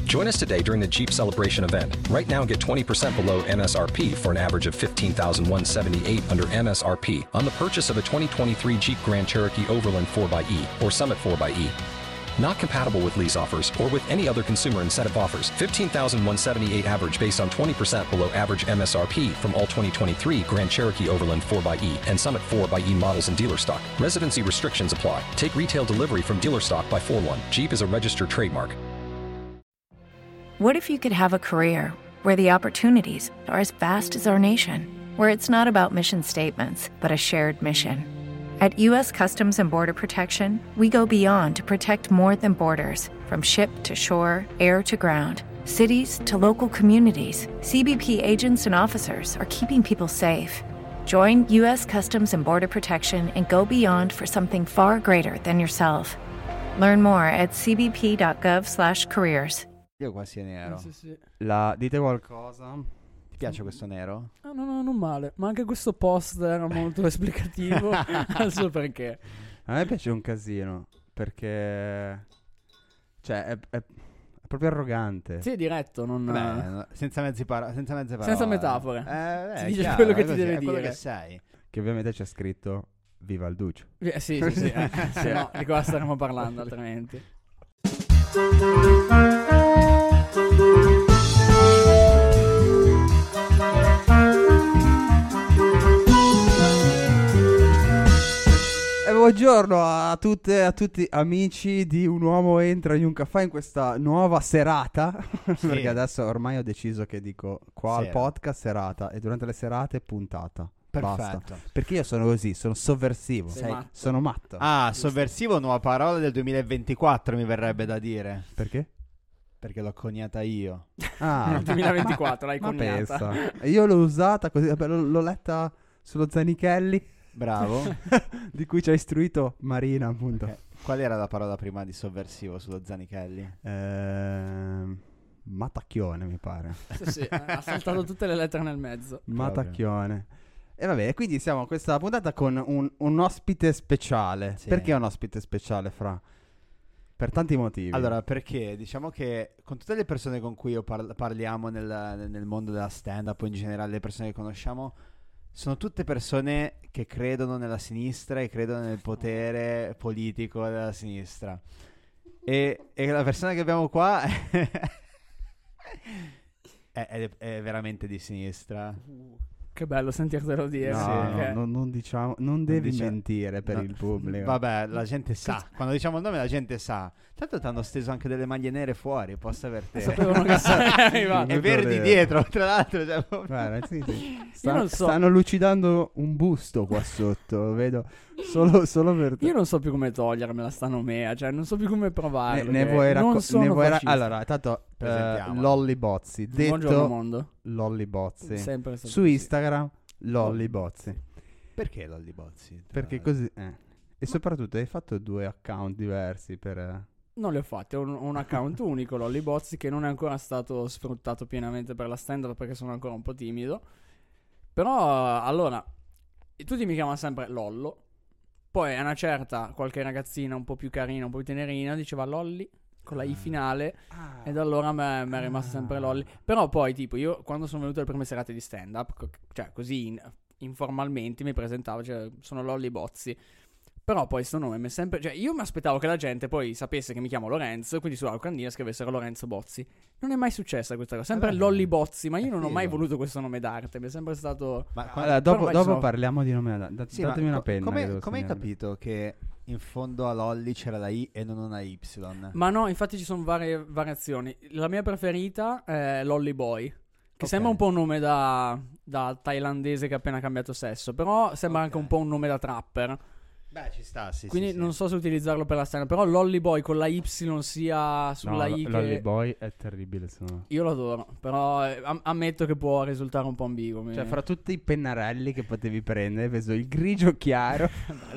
Join us today during the Jeep Celebration event. Right now, get 20% below MSRP for an average of $15,178 under MSRP on the purchase of a 2023 Jeep Grand Cherokee Overland 4xE or Summit 4xE. Not compatible with lease offers or with any other consumer incentive offers. $15,178 average based on 20% below average MSRP from all 2023 Grand Cherokee Overland 4xE and Summit 4xE models in dealer stock. Residency restrictions apply. Take retail delivery from dealer stock by 4/1. Jeep is a registered trademark. What if you could have a career where the opportunities are as vast as our nation, where it's not about mission statements, but a shared mission? At U.S. Customs and Border Protection, we go beyond to protect more than borders. From ship to shore, air to ground, cities to local communities, CBP agents and officers are keeping people safe. Join U.S. Customs and Border Protection and go beyond for something far greater than yourself. Learn more at cbp.gov/careers. Io quasi è nero. Sì. Dite qualcosa? Ti piace questo nero? No, non male. Ma anche questo post era molto esplicativo. Non so perché. A me piace un casino, perché cioè è proprio arrogante. Sì, è diretto, non... Beh, senza mezze parole. Senza metafore. Si dice quello che ti deve è quello dire. che sei. Che ovviamente c'è scritto Viva il Duce. Sì. Se no, di cosa staremo parlando altrimenti? Buongiorno a tutte e a tutti amici di Un Uomo Entra in un Caffè in questa nuova serata. Sì. Perché adesso ormai ho deciso che dico qua al Sera. podcast serata e durante le serate puntata. Perfetto. Basta. Perché io sono così, sono sovversivo. Sei matto. Sono matto. Ah, sovversivo, nuova parola del 2024 mi verrebbe da dire. Perché? Perché l'ho coniata io. Ah, Nel 2024 l'hai ma coniata. pensa. Io l'ho usata così, vabbè, l'ho letta sullo Zanichelli. Bravo. Di cui ci ha istruito Marina, appunto. Qual era la parola prima di sovversivo sullo Zanichelli? Matacchione, mi pare. Sì, ha saltato tutte le lettere nel mezzo. Matacchione. E vabbè, quindi siamo a questa puntata con un ospite speciale. Sì. Perché un ospite speciale, Fra? Per tanti motivi. Allora, perché diciamo che con tutte le persone con cui parliamo nel mondo della stand-up o in generale le persone che conosciamo, sono tutte persone che credono nella sinistra e credono nel potere politico della sinistra. E la persona che abbiamo qua è veramente di sinistra. Che bello sentirtelo dire. No, sì, perché- non diciamo, non devi dice- mentire per no, il pubblico. Vabbè, la gente sa. Quando diciamo il nome la gente sa. Tanto ti hanno steso anche delle maglie nere fuori, posso averti. Sapevano che sarei arrivato. E verdi dietro, tra l'altro. Cioè, Guarda, sì. Io non so. Stanno lucidando un busto qua sotto, lo vedo. Solo per te. Io non so più come togliermela sta nomea, cioè non so più come provare. Ne vuoi raccontare? allora, tanto Presentiamola. Lolli Bozzi, Buongiorno detto mondo. Lolli Bozzi. Sempre stato Su così. Instagram Lolli Bozzi. Perché Lolli Bozzi? Perché così E soprattutto hai fatto 2 account diversi per Non li ho fatti, ho un account unico, Lolli Bozzi, che non è ancora stato sfruttato pienamente per la stand-up perché sono ancora un po' timido. Però, allora, tutti mi chiamano sempre Lollo. Poi a una certa, qualche ragazzina un po' più carina, un po' più tenerina, diceva Lolli, con la I finale. E da allora mi è rimasto sempre Lolli. Però poi, tipo, io quando sono venuto alle prime serate di stand-up, cioè così informalmente mi presentavo, cioè sono Lolli Bozzi. Però poi sto nome mi è sempre... Cioè io mi aspettavo che la gente poi sapesse che mi chiamo Lorenzo, quindi sulla locandina scrivessero Lorenzo Bozzi. Non è mai successa questa cosa, sempre Lolli Bozzi, ma io non ho mai voluto questo nome d'arte, mi è sempre stato... Ma Allora, Però dopo parliamo di nome. Sì, Datemi ma una penna. che devo come hai segnarmi. capito che in fondo a Lolli c'era la I e non una Y? Ma no, infatti ci sono varie variazioni. La mia preferita è Lolly Boy, che Ok. sembra un po' un nome da thailandese che ha appena cambiato sesso, però sembra anche un po' un nome da trapper. Beh, ci sta, sì. Quindi sì, non so se utilizzarlo per la scena, però Lolly Boy con la Y sia sulla I che... Lolly Boy è terribile. Io lo adoro, però ammetto che può risultare un po' ambiguo. Cioè, fra tutti i pennarelli che potevi prendere, hai preso il grigio chiaro.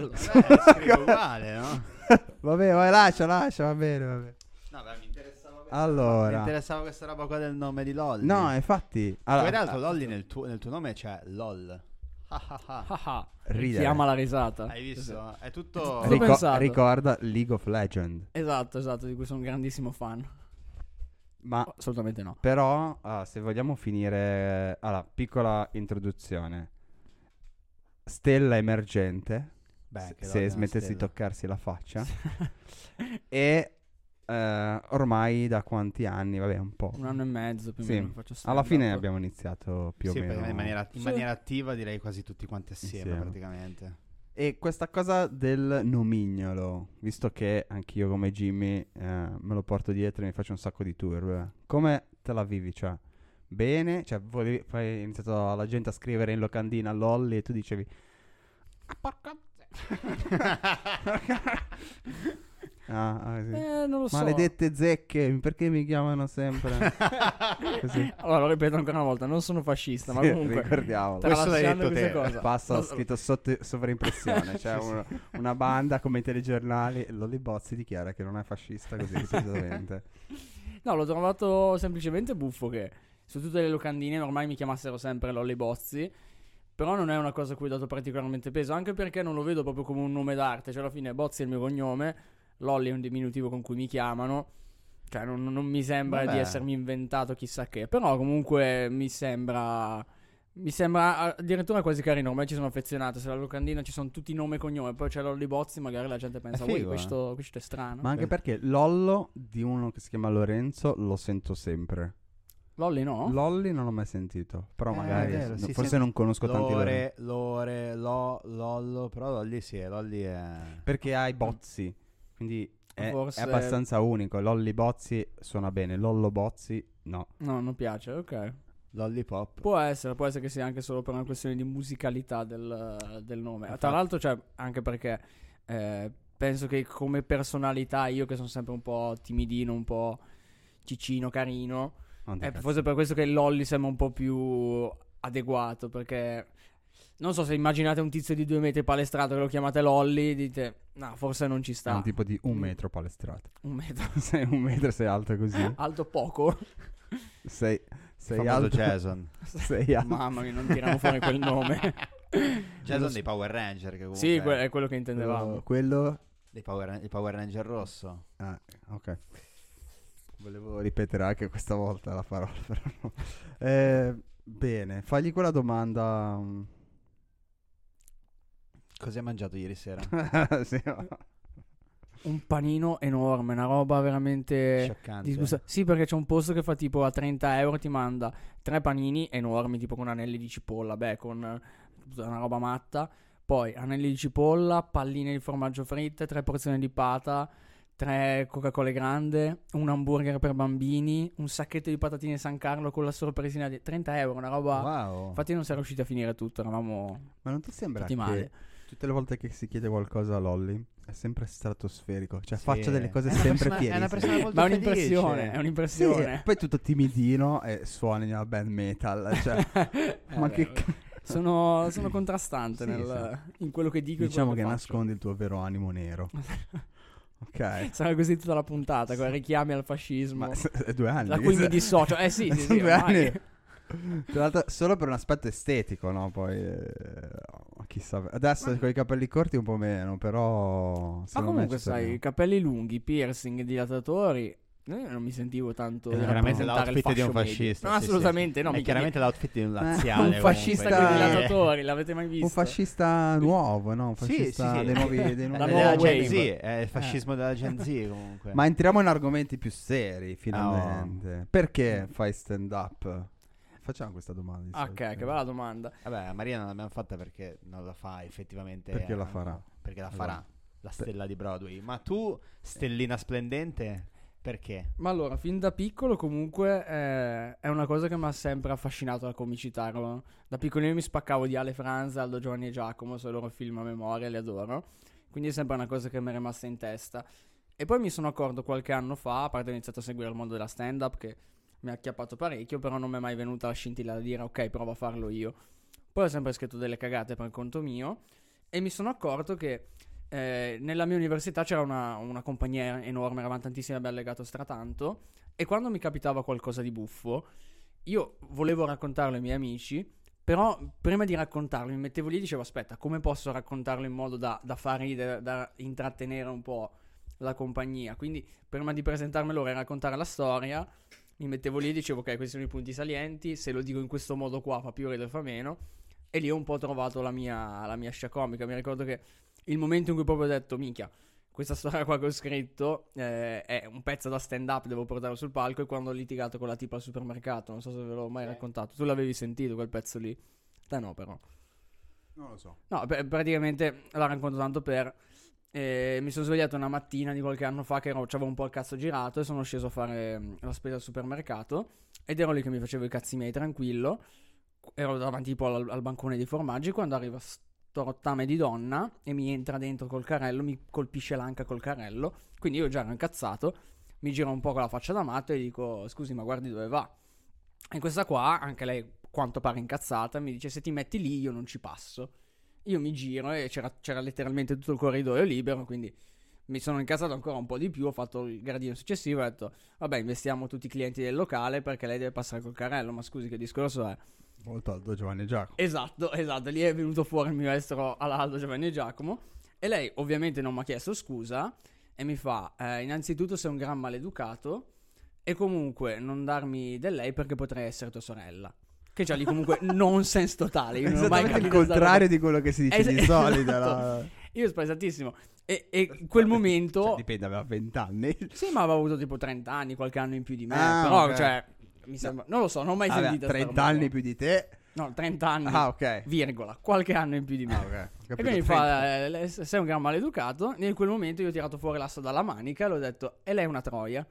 scrivo uguale, no? Vabbè, vai, lascia, va bene. No, beh, mi interessava Allora. Mi interessava questa roba qua del nome di Lolli. No, infatti. Poi in Allora, realtà Lolli nel tuo nome c'è LOL. ridere. Chiama la risata. Hai visto? È tutto... pensato. ricorda League of Legends. Esatto, di cui sono un grandissimo fan. Ma Assolutamente no. però, se vogliamo finire... Allora, piccola introduzione. Stella emergente, Beh, anche se Lolli è una smettessi di stella. toccarsi la faccia. E ormai da quanti anni? Vabbè, un po'. 1 anno e mezzo più o Sì. meno faccio Alla stand-up. fine abbiamo iniziato più o Sì, meno. in maniera Sì. attiva direi quasi tutti quanti assieme. Insieme. Praticamente. E questa cosa del nomignolo, visto che anch'io come Jimmy me lo porto dietro e mi faccio un sacco di tour, come te la vivi? Cioè, bene? Cioè, poi hai iniziato la gente a scrivere in locandina Lolli e tu dicevi... "Ah, porca..." sì. Non lo so. Maledette zecche, perché mi chiamano sempre così? Allora, lo ripeto ancora una volta, non sono fascista, ma Sì, comunque ricordiamolo. Questo l'hai tralasciando detto questa te. cosa. Passa No, scritto sotto sovraimpressione. C'è una banda come i telegiornali. Lolli Bozzi dichiara che non è fascista così ripetutamente. No, l'ho trovato semplicemente buffo che su tutte le locandine ormai mi chiamassero sempre Lolli Bozzi. Però non è una cosa a cui ho dato particolarmente peso, anche perché non lo vedo proprio come un nome d'arte. Cioè, alla fine Bozzi è il mio cognome, Lolli è un diminutivo con cui mi chiamano. Cioè, non mi sembra Vabbè. di essermi inventato chissà che. Però comunque mi sembra addirittura quasi carino. Ormai ci sono affezionato. Se la locandina ci sono tutti nome e cognome, poi c'è Lolli Bozzi, magari la gente pensa, figo, questo è strano. Ma anche perché Lollo di uno che si chiama Lorenzo lo sento sempre. Lolli no? Lolli non l'ho mai sentito. Però magari è vero, sì, forse sì. non conosco tanti Lorenzo. Lollo, però Lolli sì, Lolli è... Perché hai Bozzi. Quindi è Forse- abbastanza unico. Lolli Bozzi suona bene. Lollo Bozzi no. No, non piace, ok. Lollipop. Può essere che sia anche solo per una questione di musicalità del nome. Infatti. Tra l'altro, cioè, anche perché penso che come personalità, io che sono sempre un po' timidino, un po' cicino, carino, Non ti cazzo. forse per questo che Lolli sembra un po' più adeguato, perché non so se immaginate un tizio di 2 metri palestrato che lo chiamate Lolli, dite, no, forse non ci È sta. un tipo di 1 metro palestrato. 1 metro. Sei 1 metro, sei alto così. Alto poco. Sei Famoso alto. Jason. Sei alto. Mamma mia, non tiriamo fuori quel nome. Jason dei Power Ranger. Che comunque Sì, è quello che intendevamo. Quello. il Power Ranger rosso. Ah, ok. Volevo ripetere anche questa volta la parola, però no. Bene, fagli quella domanda. Cosa hai mangiato ieri sera? Sì, no. Un panino enorme, una roba veramente Scioccante. disgustosa. Sì, perché c'è un posto che fa tipo a 30 euro ti manda 3 panini enormi, tipo con anelli di cipolla, bacon, una roba matta. Poi anelli di cipolla, palline di formaggio fritte, 3 porzioni di pata, 3 Coca-Cola grande, un hamburger per bambini, un sacchetto di patatine San Carlo con la sorpresina di 30 euro, una roba... Wow. Infatti non siamo riusciti a finire tutto, eravamo Ma non ti sembra tutti che male. tutte le volte che si chiede qualcosa a Lolli è sempre stratosferico? Cioè Sì. faccia delle cose È una sempre persona- è una pienissime. persona molto Ma è felice. un'impressione, è Sì, un'impressione. poi tutto timidino e suoni nella band metal. Cioè, ma Vabbè, che vabbè. Sono contrastante Sì, in quello che dico diciamo e che quello che faccio. nascondi il tuo vero animo nero. Ok. Sarà così tutta la puntata, con richiami al fascismo. Ma è 2 anni. Da cui mi dissocio. Sì, sì, Sono sì, 2 ormai. anni. Tra l'altro, solo per un aspetto estetico, no? Poi chissà. Adesso con i capelli corti un po' meno, però Ma secondo me comunque ci sai, torniamo. capelli lunghi, piercing, dilatatori. Non mi sentivo tanto È di chiaramente rappresentare il l'outfit di un fascio medio. fascista. No, sì, assolutamente sì. no. È mica chiaramente l'outfit di un un laziale. fascista comunque. con i Dai. dilatatori, l'avete mai visto? Un fascista nuovo, no? Un Sì, fascista sì, sì. dei nuovi La Della nuova Gen wave. Z, è il fascismo della Gen Z comunque. Ma entriamo in argomenti più seri, finalmente. Perché fai stand up? Facciamo questa domanda. di solito. Ok, che bella domanda. Vabbè, a Maria non l'abbiamo fatta perché non la fa effettivamente. Perché la farà. Perché la Esatto. farà. La stella di Broadway. Ma tu, stellina splendente, perché? Ma allora, fin da piccolo comunque è una cosa che mi ha sempre affascinato la comicità. Da piccolino mi spaccavo di Ale Franz, Aldo, Giovanni e Giacomo, sono i loro film a memoria, li adoro. Quindi è sempre una cosa che mi è rimasta in testa. E poi mi sono accorto qualche anno fa, a parte ho iniziato a seguire il mondo della stand-up, che mi ha acchiappato parecchio, però non mi è mai venuta la scintilla da dire ok, provo a farlo io. Poi ho sempre scritto delle cagate per conto mio e mi sono accorto che nella mia università c'era una compagnia enorme, eravamo tantissimi, abbiamo legato stratanto, e quando mi capitava qualcosa di buffo io volevo raccontarlo ai miei amici, però prima di raccontarlo mi mettevo lì e dicevo aspetta, come posso raccontarlo in modo da far ridere, da intrattenere un po' la compagnia. Quindi prima di presentarmi loro e raccontare la storia mi mettevo lì e dicevo ok, questi sono i punti salienti, se lo dico in questo modo qua fa più ridere, fa meno, e lì ho un po' trovato la mia scia comica. Mi ricordo che il momento in cui proprio ho detto minchia, questa storia qua che ho scritto è un pezzo da stand up, devo portarlo sul palco, e quando ho litigato con la tipa al supermercato, non so se ve l'ho mai raccontato, tu l'avevi sentito quel pezzo lì? Te no, però Non lo so. no, praticamente la racconto tanto per mi sono svegliato una mattina di qualche anno fa che c'avevo un po' il cazzo girato e sono sceso a fare la spesa al supermercato ed ero lì che mi facevo i cazzi miei tranquillo, ero davanti tipo al bancone dei formaggi quando arriva sto rottame di donna e mi entra dentro col carrello, mi colpisce l'anca col carrello, quindi io già ero incazzato, mi giro un po' con la faccia da matto e dico scusi ma guardi dove va, e questa qua, anche lei quanto pare incazzata, mi dice se ti metti lì io non ci passo. Io mi giro e c'era letteralmente tutto il corridoio libero, quindi mi sono incazzato ancora un po' di più, ho fatto il gradino successivo e ho detto vabbè, investiamo tutti i clienti del locale perché lei deve passare col carrello, ma scusi che discorso è? Molto Aldo Giovanni e Giacomo. Esatto, lì è venuto fuori il mio estero all'Aldo Giovanni e Giacomo e lei ovviamente non mi ha chiesto scusa e mi fa innanzitutto sei un gran maleducato e comunque non darmi del lei perché potrei essere tua sorella. Che già lì comunque nonsense totale. Io non ho mai Esattamente il capito contrario di quello che si dice di solito. Esatto. Io spaesatissimo. E in quel momento Cioè, dipende, aveva 20 anni. sì, ma aveva avuto tipo 30 anni, qualche anno in più di me. Ah, però, ok. cioè, mi sembra. Non lo so, non ho mai Vabbè, sentito. 30 anni più di te. No, 30 anni. Ah, ok. Virgola, qualche anno in più di me. Ah, ok. Ho E capito, quindi mi 30. fa, sei un gran maleducato. In quel momento io ho tirato fuori l'asso dalla manica e l'ho detto, e lei è una troia.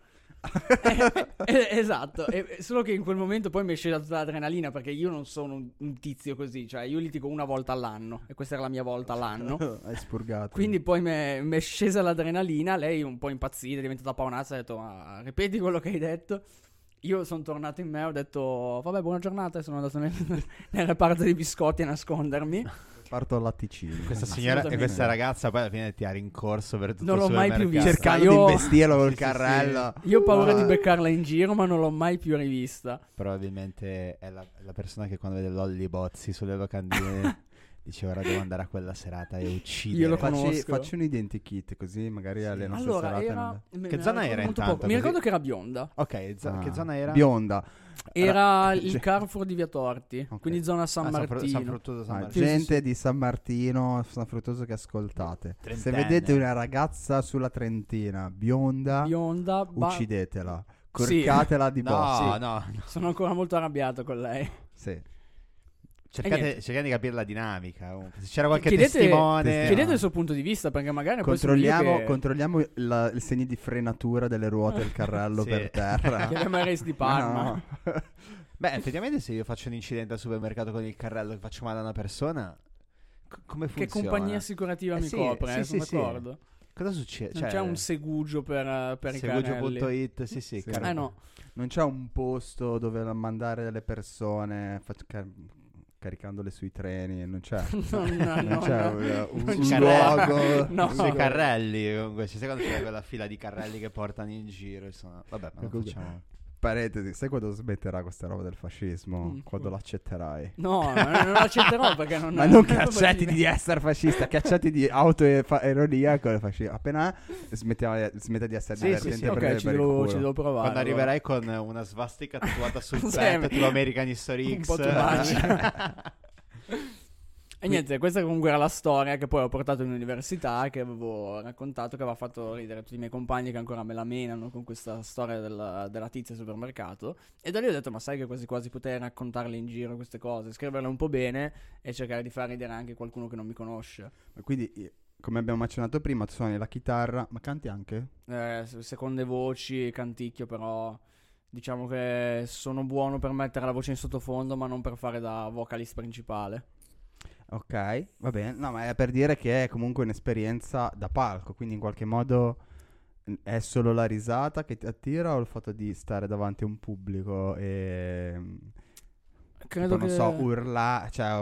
Esatto, solo che in quel momento poi mi è scesa tutta l'adrenalina perché io non sono un tizio così, cioè io litigo una volta all'anno e questa era la mia volta all'anno. Hai spurgato. Quindi poi mi è scesa l'adrenalina, lei un po' impazzita, è diventata paonazza, ha detto ma ripeti quello che hai detto. Io sono tornato in me, ho detto vabbè buona giornata e sono andato nel reparto dei biscotti a nascondermi. Parto al latticino. Questa signora e Assolutamente. questa ragazza poi alla fine ti ha rincorso per tutto Non il l'ho mai più supermercato. vista. Cercando Io- di investirlo col Sì, sì, carrello. Io ho paura di Ah. beccarla in giro ma non l'ho mai più rivista. Probabilmente è la persona che quando vede Lolli Bozzi sulle locandine dice ora devo andare a quella serata e uccidere. Io lo Facci, conosco. facci un identikit così magari alle nostre Allora serate. era Che zona era intanto? Mi ricordo che era bionda. Ok, Ah, che zona era? Bionda. Era Ge- il Carrefour di Via Torti, Ok. quindi zona San Ah, Martino. San Fruttuoso San Ah, Martino. Sì, gente sì. di San Martino, San Fruttuoso che ascoltate. Se Trentenne. vedete una ragazza sulla Trentina bionda, Bionda, uccidetela. Sì. Corcatela di No, boss. no. sono ancora molto arrabbiato con lei. Sì. Cercate di capire la dinamica. Comunque. Se c'era qualche Chiedete- testimone. Chiedete il suo punto di vista perché magari poi sono io Controlliamo il segno di frenatura delle ruote del carrello Sì. per terra. Chiamiamo i Race di Parma. No. Beh, effettivamente se io faccio un incidente al supermercato con il carrello che faccio male a una persona, come Che funziona? compagnia assicurativa mi sì, copre? sì, sono sì, d'accordo. Cosa succede? Non c'è un segugio per i carrelli. Segugio.it, sì, Sì. No. Non c'è un posto dove mandare delle persone caricandole sui treni, non c'è. Non c'è un non c'è. luogo. No. Sui carrelli, comunque, ci sai quando c'è quella fila di carrelli che portano in giro, insomma. Vabbè, ma non Ecco, facciamo. Parentesi, sai quando smetterà questa roba del fascismo? Mm. Quando l'accetterai. No, non accetterò perché non Ma non che non è accetti possibile. di essere fascista, che accetti di autoironia con il fascismo. Appena smette di essere Sì, divertente sì, sì. per Ok, il ci devo culo. provare. Quando allora. arriverai con una svastica tatuata sul Sì, petto, tipo American History un X. po' too much. E niente, questa comunque era la storia che poi ho portato in università, che avevo raccontato, che aveva fatto ridere tutti i miei compagni che ancora me la menano con questa storia della tizia al supermercato. E da lì ho detto, ma sai che quasi quasi potrei raccontarle in giro queste cose, scriverle un po' bene e cercare di far ridere anche qualcuno che non mi conosce. Quindi, come abbiamo accennato prima, tu suoni la chitarra, ma canti anche? Seconde voci, canticchio, però diciamo che sono buono per mettere la voce in sottofondo, ma non per fare da vocalist principale. Ok, va bene. No, ma è per dire che è comunque un'esperienza da palco, quindi in qualche modo è solo la risata che ti attira o il fatto di stare davanti a un pubblico e Credo tipo, non che so, urlare, cioè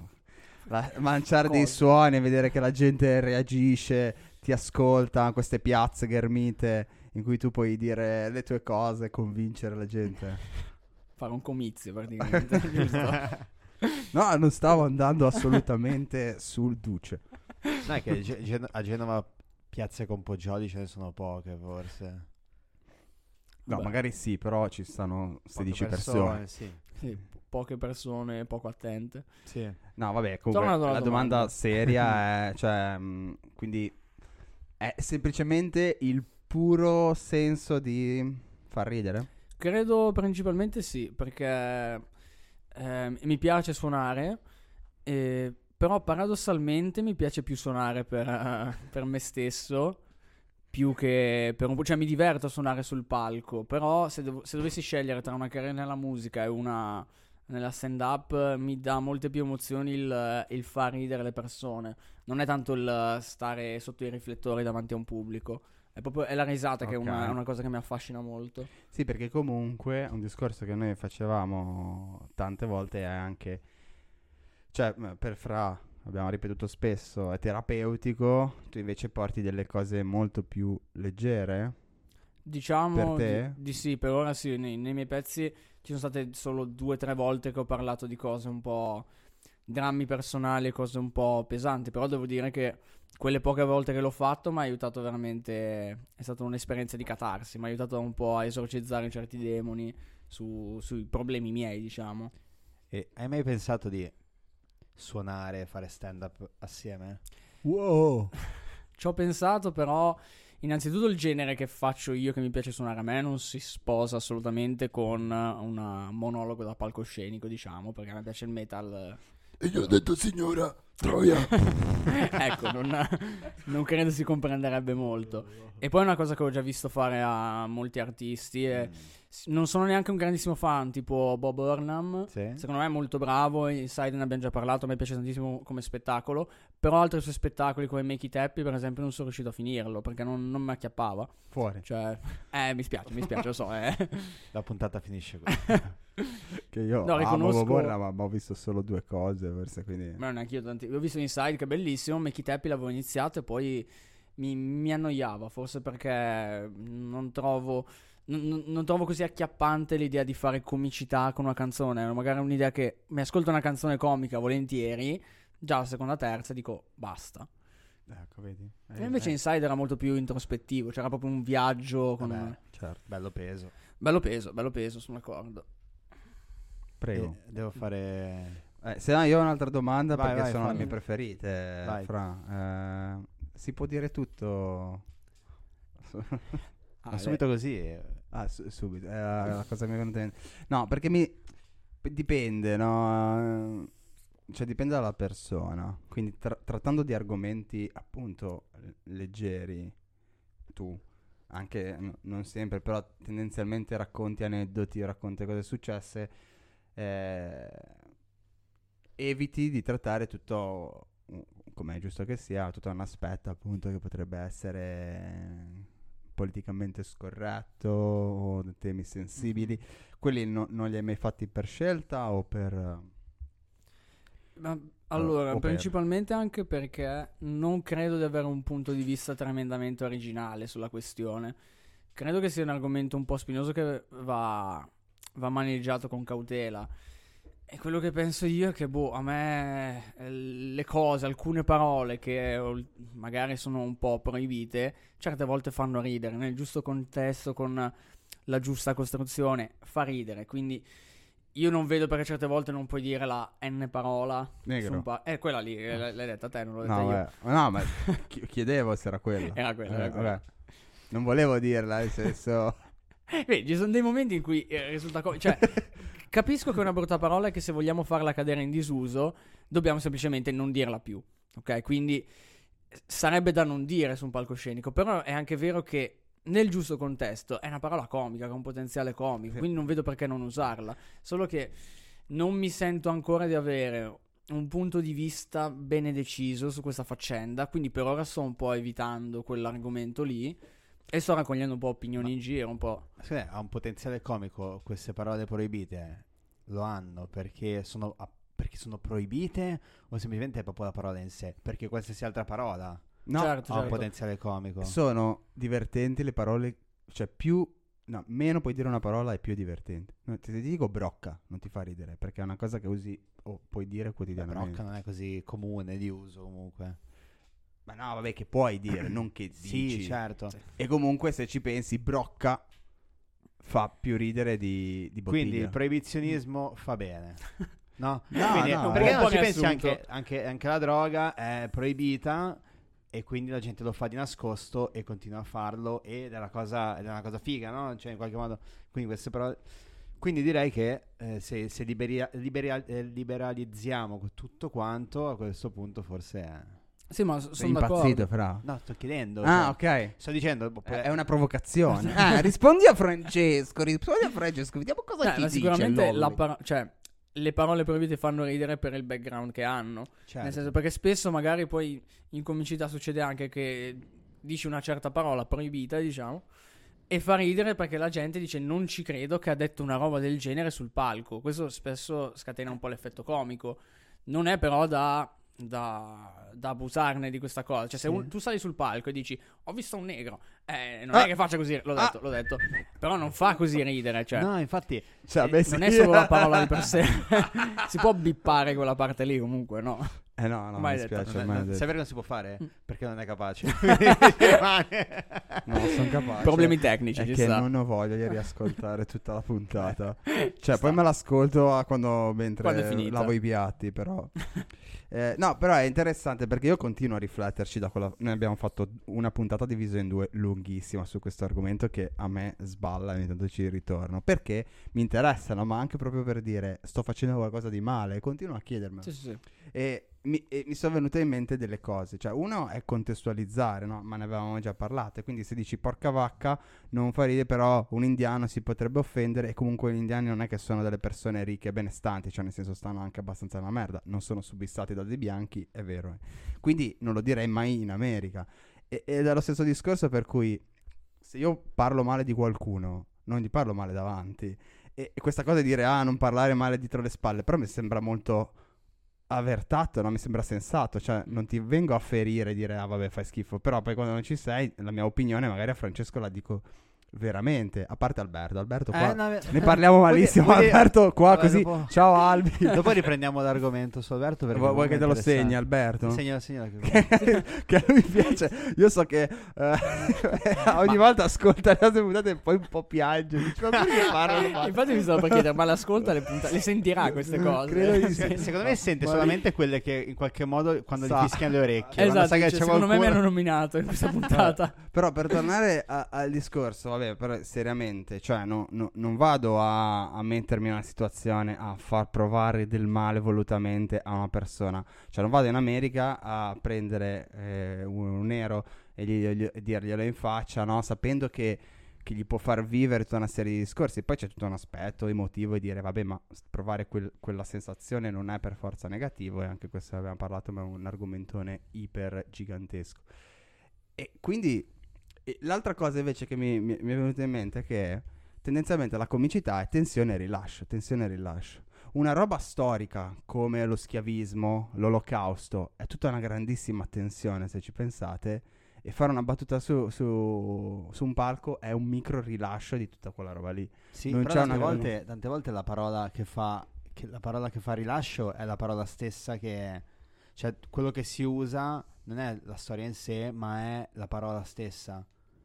manciare dei Cosa? suoni, vedere che la gente reagisce, ti ascolta, queste piazze ghermite in cui tu puoi dire le tue cose, convincere la gente. fare un comizio praticamente, giusto? No, non stavo andando assolutamente sul duce. No, è che a Genova piazze con poggioli ce ne sono poche, forse. No, Beh. magari sì, però ci stanno Poche 16 persone. Sì. Sì, poche persone poco attente. Sì. No, vabbè, comunque Tornando alla la domanda domanda. seria è, cioè, quindi è semplicemente il puro senso di far ridere? Credo principalmente sì, perché mi piace suonare, però paradossalmente mi piace più suonare per me stesso, più che per un... Cioè mi diverto a suonare sul palco, però se dovessi scegliere tra una carriera nella musica e una nella stand-up, mi dà molte più emozioni il far ridere le persone. Non è tanto il stare sotto i riflettori davanti a un pubblico. È la risata che è Ok. una cosa che mi affascina molto. Sì, perché comunque un discorso che noi facevamo tante volte è anche, cioè, per Fra, abbiamo ripetuto spesso, è terapeutico, tu invece porti delle cose molto più leggere. Diciamo Per te? di sì, per ora sì, nei miei pezzi ci sono state solo 2 o 3 volte che ho parlato di cose un po' drammi personali, cose un po' pesanti, però devo dire che quelle poche volte che l'ho fatto mi ha aiutato veramente, è stata un'esperienza di catarsi, mi ha aiutato un po' a esorcizzare certi demoni sui problemi miei, diciamo. E hai mai pensato di suonare e fare stand-up assieme? Wow! Ci ho pensato, però innanzitutto il genere che faccio io, che mi piace suonare a me, non si sposa assolutamente con un monologo da palcoscenico, diciamo, perché a me piace il metal. E io ho detto, signora, troia! Ecco, non credo si comprenderebbe molto. E poi è una cosa che ho già visto fare a molti artisti e non sono neanche un grandissimo fan, tipo Bob Burnham. Sì? Secondo me è molto bravo, Inside ne abbiamo già parlato, a me piace tantissimo come spettacolo, però altri suoi spettacoli come Make It Happy, per esempio, non sono riuscito a finirlo perché non mi acchiappava. Fuori. Cioè, mi spiace, lo so, La puntata finisce così. Che io No, amo riconosco- Borra, ma ho visto solo 2 cose, forse, quindi... Ma non anch'io tanti. Ho visto Inside che è bellissimo, Make It Happy l'avevo iniziato e poi mi annoiava, forse perché non trovo così acchiappante l'idea di fare comicità con una canzone. Magari è un'idea che mi ascolto una canzone comica volentieri, già la seconda, terza dico basta. Ecco, vedi? E invece Inside era molto più introspettivo, c'era proprio un viaggio con Vabbè, Certo. bello peso. bello peso, sono d'accordo. Prego. Devo fare... Se no io ho un'altra domanda Vai, perché vai, sono le fallo. mie preferite, Vai. Fra. Si può dire tutto? Ma subito così... Subito, è la cosa che mi è venuta in mente. No, perché dipende, no? Cioè dipende dalla persona. Quindi trattando di argomenti appunto leggeri, tu, anche non sempre, però tendenzialmente racconti aneddoti, racconti cose successe, eviti di trattare tutto, come è giusto che sia, tutto un aspetto appunto che potrebbe essere politicamente scorretto o temi sensibili. Quelli non li hai mai fatti per scelta o per... Ma allora, o per- principalmente anche perché non credo di avere un punto di vista tremendamente originale sulla questione. Credo che sia un argomento un po' spinoso che va maneggiato con cautela. E quello che penso io è che, a me le cose, alcune parole che magari sono un po' proibite, certe volte fanno ridere, nel giusto contesto, con la giusta costruzione, fa ridere. Quindi io non vedo perché certe volte non puoi dire la N parola. Negro. Quella lì, l'hai detta te, non l'ho detta No, io. no, ma chiedevo se era quella. Era quella. Vabbè. Non volevo dirla, nel senso... Vedi, ci sono dei momenti in cui risulta cioè, capisco che è una brutta parola e che se vogliamo farla cadere in disuso dobbiamo semplicemente non dirla più, ok? Quindi sarebbe da non dire su un palcoscenico, però è anche vero che nel giusto contesto è una parola comica, che ha un potenziale comico, Sì. quindi non vedo perché non usarla. Solo che non mi sento ancora di avere un punto di vista bene deciso su questa faccenda, quindi per ora sto un po' evitando quell'argomento lì e sto raccogliendo un po' opinioni in giro, un po'. Ha un potenziale comico queste parole proibite? Lo hanno perché sono proibite o semplicemente è proprio la parola in sé? Perché qualsiasi altra parola No, Certo, ha un certo. potenziale comico. sono divertenti le parole, cioè meno puoi dire una parola e più è divertente. No, ti dico brocca, non ti fa ridere, perché è una cosa che usi o puoi dire La quotidianamente. brocca non è così comune di uso comunque. Ma no, vabbè, che puoi dire, non che dici. Sì, certo. Sì. E comunque se ci pensi, brocca fa più ridere di bottiglia. Quindi il proibizionismo fa bene. No? No, Quindi, no, perché un non po' ci pensi riassunto. anche la droga è proibita e quindi la gente lo fa di nascosto e continua a farlo ed è una cosa figa, no? Cioè in qualche modo, quindi queste parole. Quindi direi che se liberalizziamo tutto quanto, a questo punto forse è... Sì, ma Sei sono impazzito, d'accordo. fra. No, sto chiedendo. Ah, cioè, ok. sto dicendo... È una provocazione. Rispondi a Francesco, vediamo cosa ti Ma dice sicuramente Lolli. cioè, le parole proibite fanno ridere per il background che hanno. Certo. Nel senso, perché spesso magari poi in comicità succede anche che dici una certa parola proibita, diciamo, e fa ridere perché la gente dice non ci credo che ha detto una roba del genere sul palco. Questo spesso scatena un po' l'effetto comico. Non è però da abusarne di questa cosa. Cioè, se tu sali sul palco e dici ho visto un negro, non è che faccia così, l'ho detto. Però non fa così ridere, cioè. No, infatti... Cioè, beh, sì. Non è solo la parola di per sé. Si può bippare quella parte lì comunque, no? No, mi Mai dispiace. detto. mai Sai detto. perché non si può fare? Perché non è capace. No, sono capace. Problemi tecnici, È ci che sta. non ho voglia di riascoltare tutta la puntata. Cioè, poi me l'ascolto Quando è mentre finita. lavo i piatti, però. No, però è interessante perché io continuo a rifletterci da quella... Noi abbiamo fatto una puntata divisa in due lunghissima su questo argomento che a me sballa e ogni tanto ci ritorno. Perché mi interessano, ma anche proprio per dire sto facendo qualcosa di male e continuo a chiedermelo. Sì. E mi sono venute in mente delle cose. Cioè, uno è contestualizzare, no? Ma ne avevamo già parlato. Quindi se dici porca vacca non fa ridere, però un indiano si potrebbe offendere. E comunque gli indiani non è che sono delle persone ricche e benestanti, cioè nel senso stanno anche abbastanza nella merda. Non sono subissati da dei bianchi, è vero. Quindi non lo direi mai in America. Ed è lo stesso discorso per cui se io parlo male di qualcuno, non gli parlo male davanti. E questa cosa di dire non parlare male dietro le spalle, però mi sembra molto avvertato, no? Mi sembra sensato, cioè non ti vengo a ferire e dire vabbè fai schifo, però poi quando non ci sei la mia opinione magari a Francesco la dico veramente, a parte Alberto qua ne parliamo malissimo. Alberto qua vabbè, così dopo- ciao Albi. Dopo riprendiamo l'argomento su Alberto perché Vuoi che te lo segni segni Alberto? Segnala Che a lui piace. Io so che ogni volta ascolta le altre puntate e poi un po' piange. Dice, ma perché parlano male? Infatti mi stavo per chiedere, ma l'ascolta le sentirà queste cose? Credo di sì. Secondo me sente Ma- solamente quelle che in qualche modo quando gli Sa. fischiano le orecchie. quando Esatto, sa che dice, c'è secondo me mi qualcuno- hanno nominato in questa puntata. Però per tornare al discorso, vabbè, però seriamente, cioè non vado a mettermi in una situazione a far provare del male volutamente a una persona. Cioè non vado in America a prendere un nero e dirglielo in faccia, no? Sapendo che gli può far vivere tutta una serie di discorsi. Poi c'è tutto un aspetto emotivo e dire vabbè, ma provare quella sensazione non è per forza negativo, e anche questo abbiamo parlato, ma è un argomentone iper gigantesco. E quindi l'altra cosa invece che mi è venuta in mente è che tendenzialmente la comicità è tensione e rilascio, tensione e rilascio. Una roba storica come lo schiavismo, l'olocausto, è tutta una grandissima tensione se ci pensate, e fare una battuta su un palco è un micro rilascio di tutta quella roba lì. Sì, Non però c'è tante volte la parola che fa rilascio è la parola stessa che, cioè quello che si usa non è la storia in sé, ma è la parola stessa.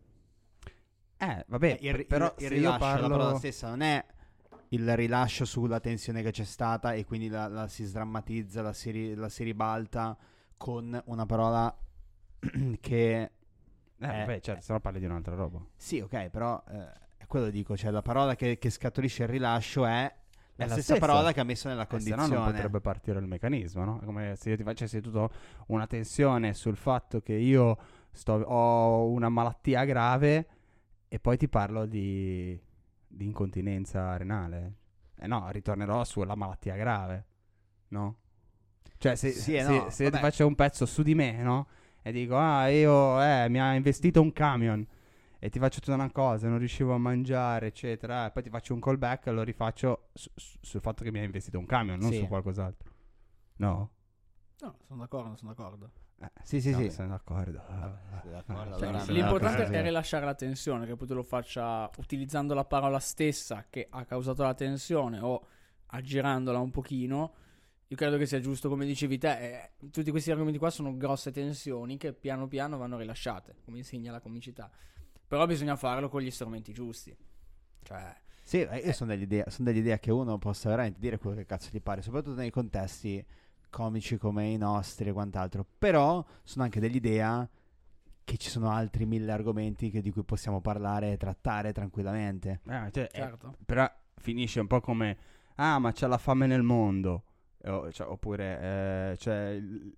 Vabbè, però il se rilascio, io parlo... la parola stessa non è il rilascio sulla tensione che c'è stata e quindi la si sdrammatizza, la si ribalta con una parola che vabbè, certo, se no parli di un'altra roba. sì, ok, però è quello che dico, cioè la parola che scaturisce il rilascio è la stessa parola che ha messo nella Se condizione. no non potrebbe partire il meccanismo, no? È come se io ti facessi tutta una tensione sul fatto che io ho una malattia grave e poi ti parlo di incontinenza renale. No, ritornerò sulla malattia grave, no? Cioè se io ti faccio un pezzo su di me, no? E dico, io mi ha investito un camion, e ti faccio tutta una cosa, non riuscivo a mangiare, eccetera, e poi ti faccio un callback e lo rifaccio sul fatto che mi ha investito un camion, non Sì. su qualcos'altro. No? No, sono d'accordo. Sì. Sono d'accordo. Sei d'accordo, Cioè, allora- l'importante allora- è rilasciare la tensione, che poi tu lo faccia utilizzando la parola stessa che ha causato la tensione o aggirandola un pochino. Io credo che sia giusto, come dicevi te, tutti questi argomenti qua sono grosse tensioni che piano piano vanno rilasciate, come insegna la comicità. Però bisogna farlo con gli strumenti giusti. Cioè, Sì, io sono dell'idea che uno possa veramente dire quello che cazzo gli pare, soprattutto nei contesti comici come i nostri e quant'altro. Però sono anche dell'idea che ci sono altri 1000 argomenti di cui possiamo parlare e trattare tranquillamente. certo. Però finisce un po' come ma c'è la fame nel mondo, oppure c'è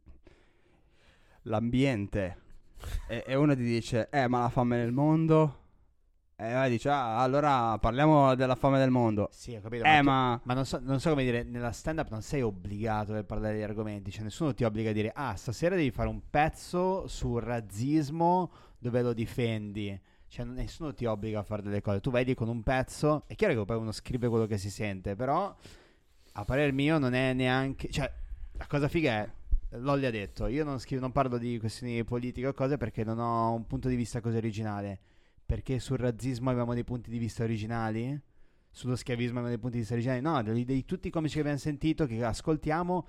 l'ambiente e uno ti dice ma la fame nel mondo, e dice allora parliamo della fame del mondo. Sì, ho capito. Ma non so come dire, nella stand-up non sei obbligato a parlare di argomenti, cioè nessuno ti obbliga a dire stasera devi fare un pezzo sul razzismo dove lo difendi. Cioè nessuno ti obbliga a fare delle cose, tu vai lì con un pezzo, è chiaro che poi uno scrive quello che si sente, però a parer mio non è neanche, cioè la cosa figa è, Lolli ha detto, io non parlo di questioni politiche o cose perché non ho un punto di vista così originale, perché sul razzismo abbiamo dei punti di vista originali, sullo schiavismo abbiamo dei punti di vista originali, no, di tutti i comici che abbiamo sentito, che ascoltiamo,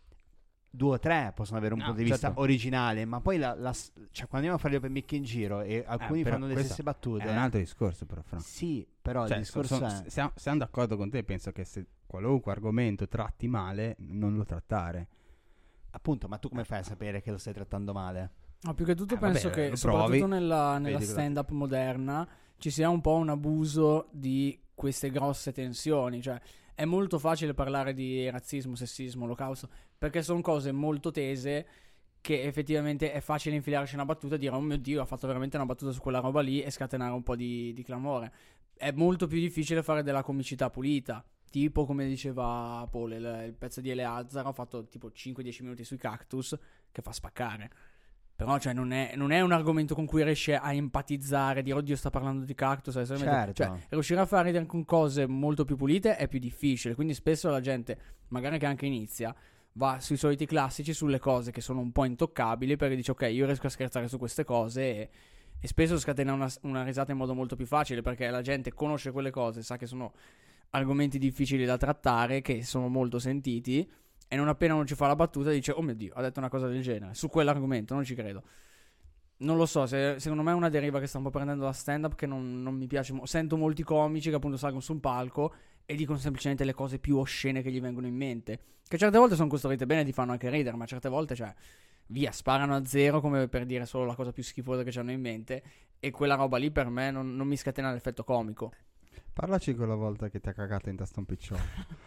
2 o 3 possono avere un punto di vista originale, ma poi cioè, quando andiamo a fare gli open mic in giro e alcuni fanno le stesse battute, è un altro discorso però, sì, però cioè, il discorso è siamo d'accordo con te, penso che se qualunque argomento tratti male non lo trattare, appunto, ma tu come fai a sapere che lo stai trattando male? No, più che tutto penso vabbè, che soprattutto nella vedi stand-up moderna ci sia un po' un abuso di queste grosse tensioni. Cioè, è molto facile parlare di razzismo, sessismo, olocausto, perché sono cose molto tese che effettivamente è facile infilarci una battuta e dire oh mio Dio, ha fatto veramente una battuta su quella roba lì e scatenare un po' di clamore. È molto più difficile fare della comicità pulita. Tipo, come diceva Paul, il pezzo di Eleazar, ho fatto tipo 5-10 minuti sui cactus che fa spaccare. Però cioè non è un argomento con cui riesce a empatizzare, dire oddio sta parlando di cactus, certo. Cioè riuscire a fare ridere con cose molto più pulite è più difficile, quindi spesso la gente, magari che anche inizia, va sui soliti classici, sulle cose che sono un po' intoccabili, perché dice ok, io riesco a scherzare su queste cose e spesso scatena una risata in modo molto più facile, perché la gente conosce quelle cose, sa che sono argomenti difficili da trattare, che sono molto sentiti, e non appena uno ci fa la battuta dice oh mio Dio, ha detto una cosa del genere su quell'argomento, non ci credo. Non lo so, secondo me è una deriva che sta un po' prendendo la stand-up che non mi piace. Sento molti comici che appunto salgono su un palco e dicono semplicemente le cose più oscene che gli vengono in mente, che certe volte sono costruite bene e ti fanno anche ridere, ma certe volte cioè via, sparano a zero come per dire solo la cosa più schifosa che ci hanno in mente, e quella roba lì per me non mi scatena l'effetto comico. Parlaci quella volta che ti ha cagato in testa un piccione.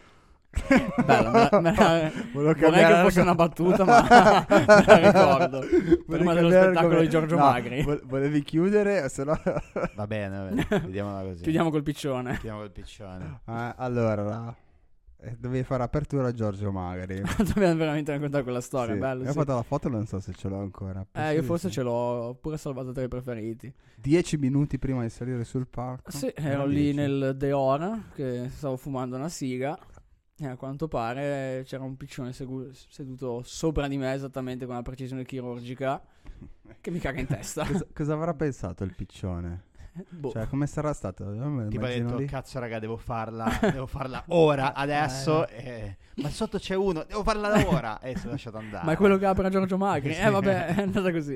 Bella, vorrei che fosse una battuta, ma me la ricordo. Prima dello spettacolo di Giorgio Magri. Volevi chiudere? Se no Va bene, vediamola così. Chiudiamo col piccione. Allora, dovevi fare apertura a Giorgio Magri. Dobbiamo veramente raccontare quella storia. Sì. Bello, ho fatto la foto, non so se ce l'ho ancora. Io forse ce l'ho, ho pure salvato tra i preferiti. 10 minuti prima di salire sul palco. Sì, ero lì nel Deora che stavo fumando una siga. E a quanto pare c'era un piccione seduto sopra di me, esattamente con una precisione chirurgica, che mi caga in testa. Cosa avrà pensato il piccione? Boh. Cioè, come sarà stato? Tipo ha detto, cazzo raga, devo farla ora, adesso. Ma sotto c'è uno, devo farla da ora. E si è lasciato andare. Ma è quello che apre a Giorgio Magri. Sì. Vabbè, è andata così.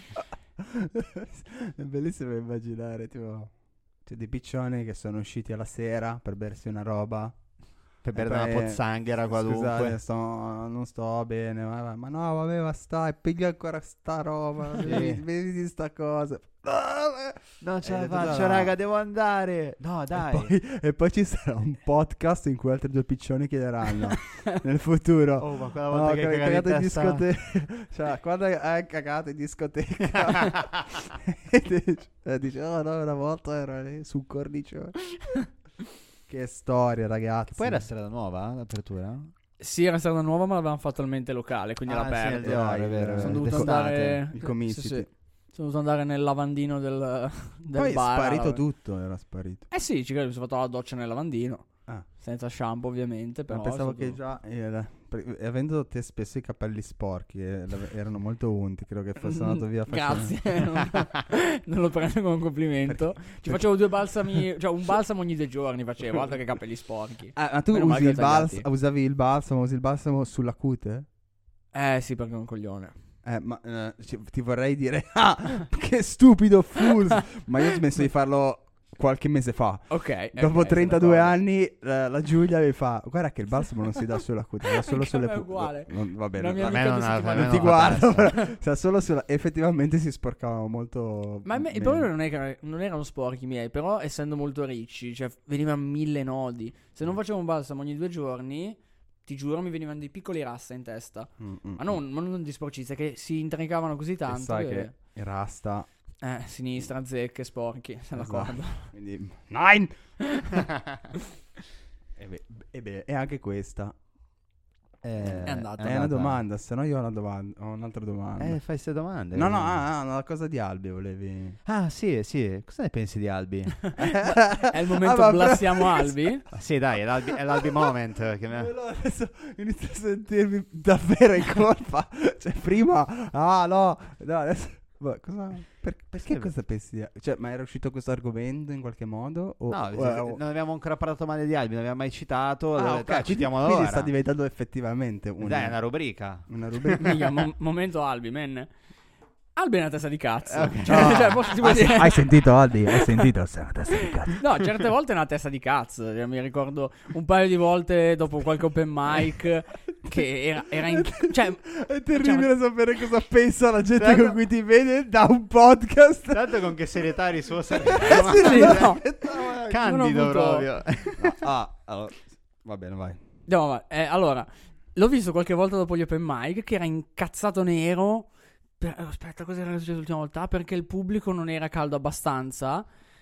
È bellissimo immaginare, tipo, c'è dei piccioni che sono usciti alla sera per bersi una roba. Per bere una pozzanghera qualunque. Scusate, non sto bene. Ma no, vabbè, ma stai, piglia ancora sta roba. Vedi sta cosa. Non ce la faccio, raga, devo andare. No, dai. E poi ci sarà un podcast in cui altri 2 piccioni chiederanno nel futuro. Oh, ma quella volta che hai cagato in discoteca. Cioè, quando hai cagato in discoteca. E dice, oh no, una volta ero lì su un cornicione. Che storia, ragazzi. Poi era strada nuova l'apertura? Sì, era strada nuova, ma l'avevamo fatto al mente locale, quindi all'aperto. Sì, è vero. Sono dovuto andare il comicity. Sì. Sono dovuto andare nel lavandino del poi bar. Poi è sparito tutto, era sparito. Sì, ci credo, mi sono fatto la doccia nel lavandino. Senza shampoo ovviamente, però. Ma pensavo che già avendo te spesso i capelli sporchi erano molto unti, credo che fosse andato via Grazie. Non lo prendo come un complimento. Ci facevo 2 balsami, cioè un balsamo ogni 2 giorni facevo, altro che capelli sporchi. Ma tu usavi il balsamo sulla cute? Sì, perché è un coglione. Ti vorrei dire che stupido fools. Ma io ho smesso di farlo qualche mese fa. Ok. Dopo ok, 32 sono anni la Giulia mi fa: guarda che il balsamo non si dà sulla cute, va solo Anche a sulle me è uguale. va bene, Una mia A me amica non 2 ha- settimane a me non ti non fa guardo, testa. però sta solo sulla. Effettivamente si sporcava molto. Ma il problema non è che non erano sporchi i miei, però essendo molto ricci, cioè venivano 1000 nodi. Se non facevo un balsamo ogni 2 giorni, ti giuro mi venivano dei piccoli rasta in testa. Ma non di sporcizia, che si intricavano così tanto. sai che il rasta. Sinistra, zecche, sporchi, sono d'accordo. Quindi 9. E anche questa È andata. è una domanda, se no io ho un'altra domanda. Fai queste domande. No, la cosa di Albi volevi. Ah, sì. Cosa ne pensi di Albi? È il momento ma blastiamo Albi. Ah, sì, dai, è l'Albi moment. Adesso inizio a sentirmi davvero in colpa. Cioè, prima. No, adesso. Cosa? Perché cosa pensi? Cioè, ma era uscito questo argomento in qualche modo? No, non abbiamo ancora parlato male di Albi, non abbiamo mai citato. Ok, citiamolo quindi ora. sta diventando effettivamente Dai, è una rubrica. una rubrica. Mica, momento Albi, man. Albi è una testa di cazzo. Ok. Cioè, ti puoi dire- Hai sentito, Albi? Hai sentito? Sei una testa di cazzo. No, certe volte è una testa di cazzo. Io mi ricordo un paio di volte dopo qualche open mic che era in... Cioè, È terribile sapere cosa pensa la gente con cui ti vede da un podcast. Tanto con che serietà risposta. sì, no. Candido Non ho avuto- proprio. Allora, va bene, vai. Andiamo avanti. Allora, l'ho visto qualche volta dopo gli open mic che era incazzato nero. Aspetta, cosa era successo l'ultima volta? Perché il pubblico non era caldo abbastanza.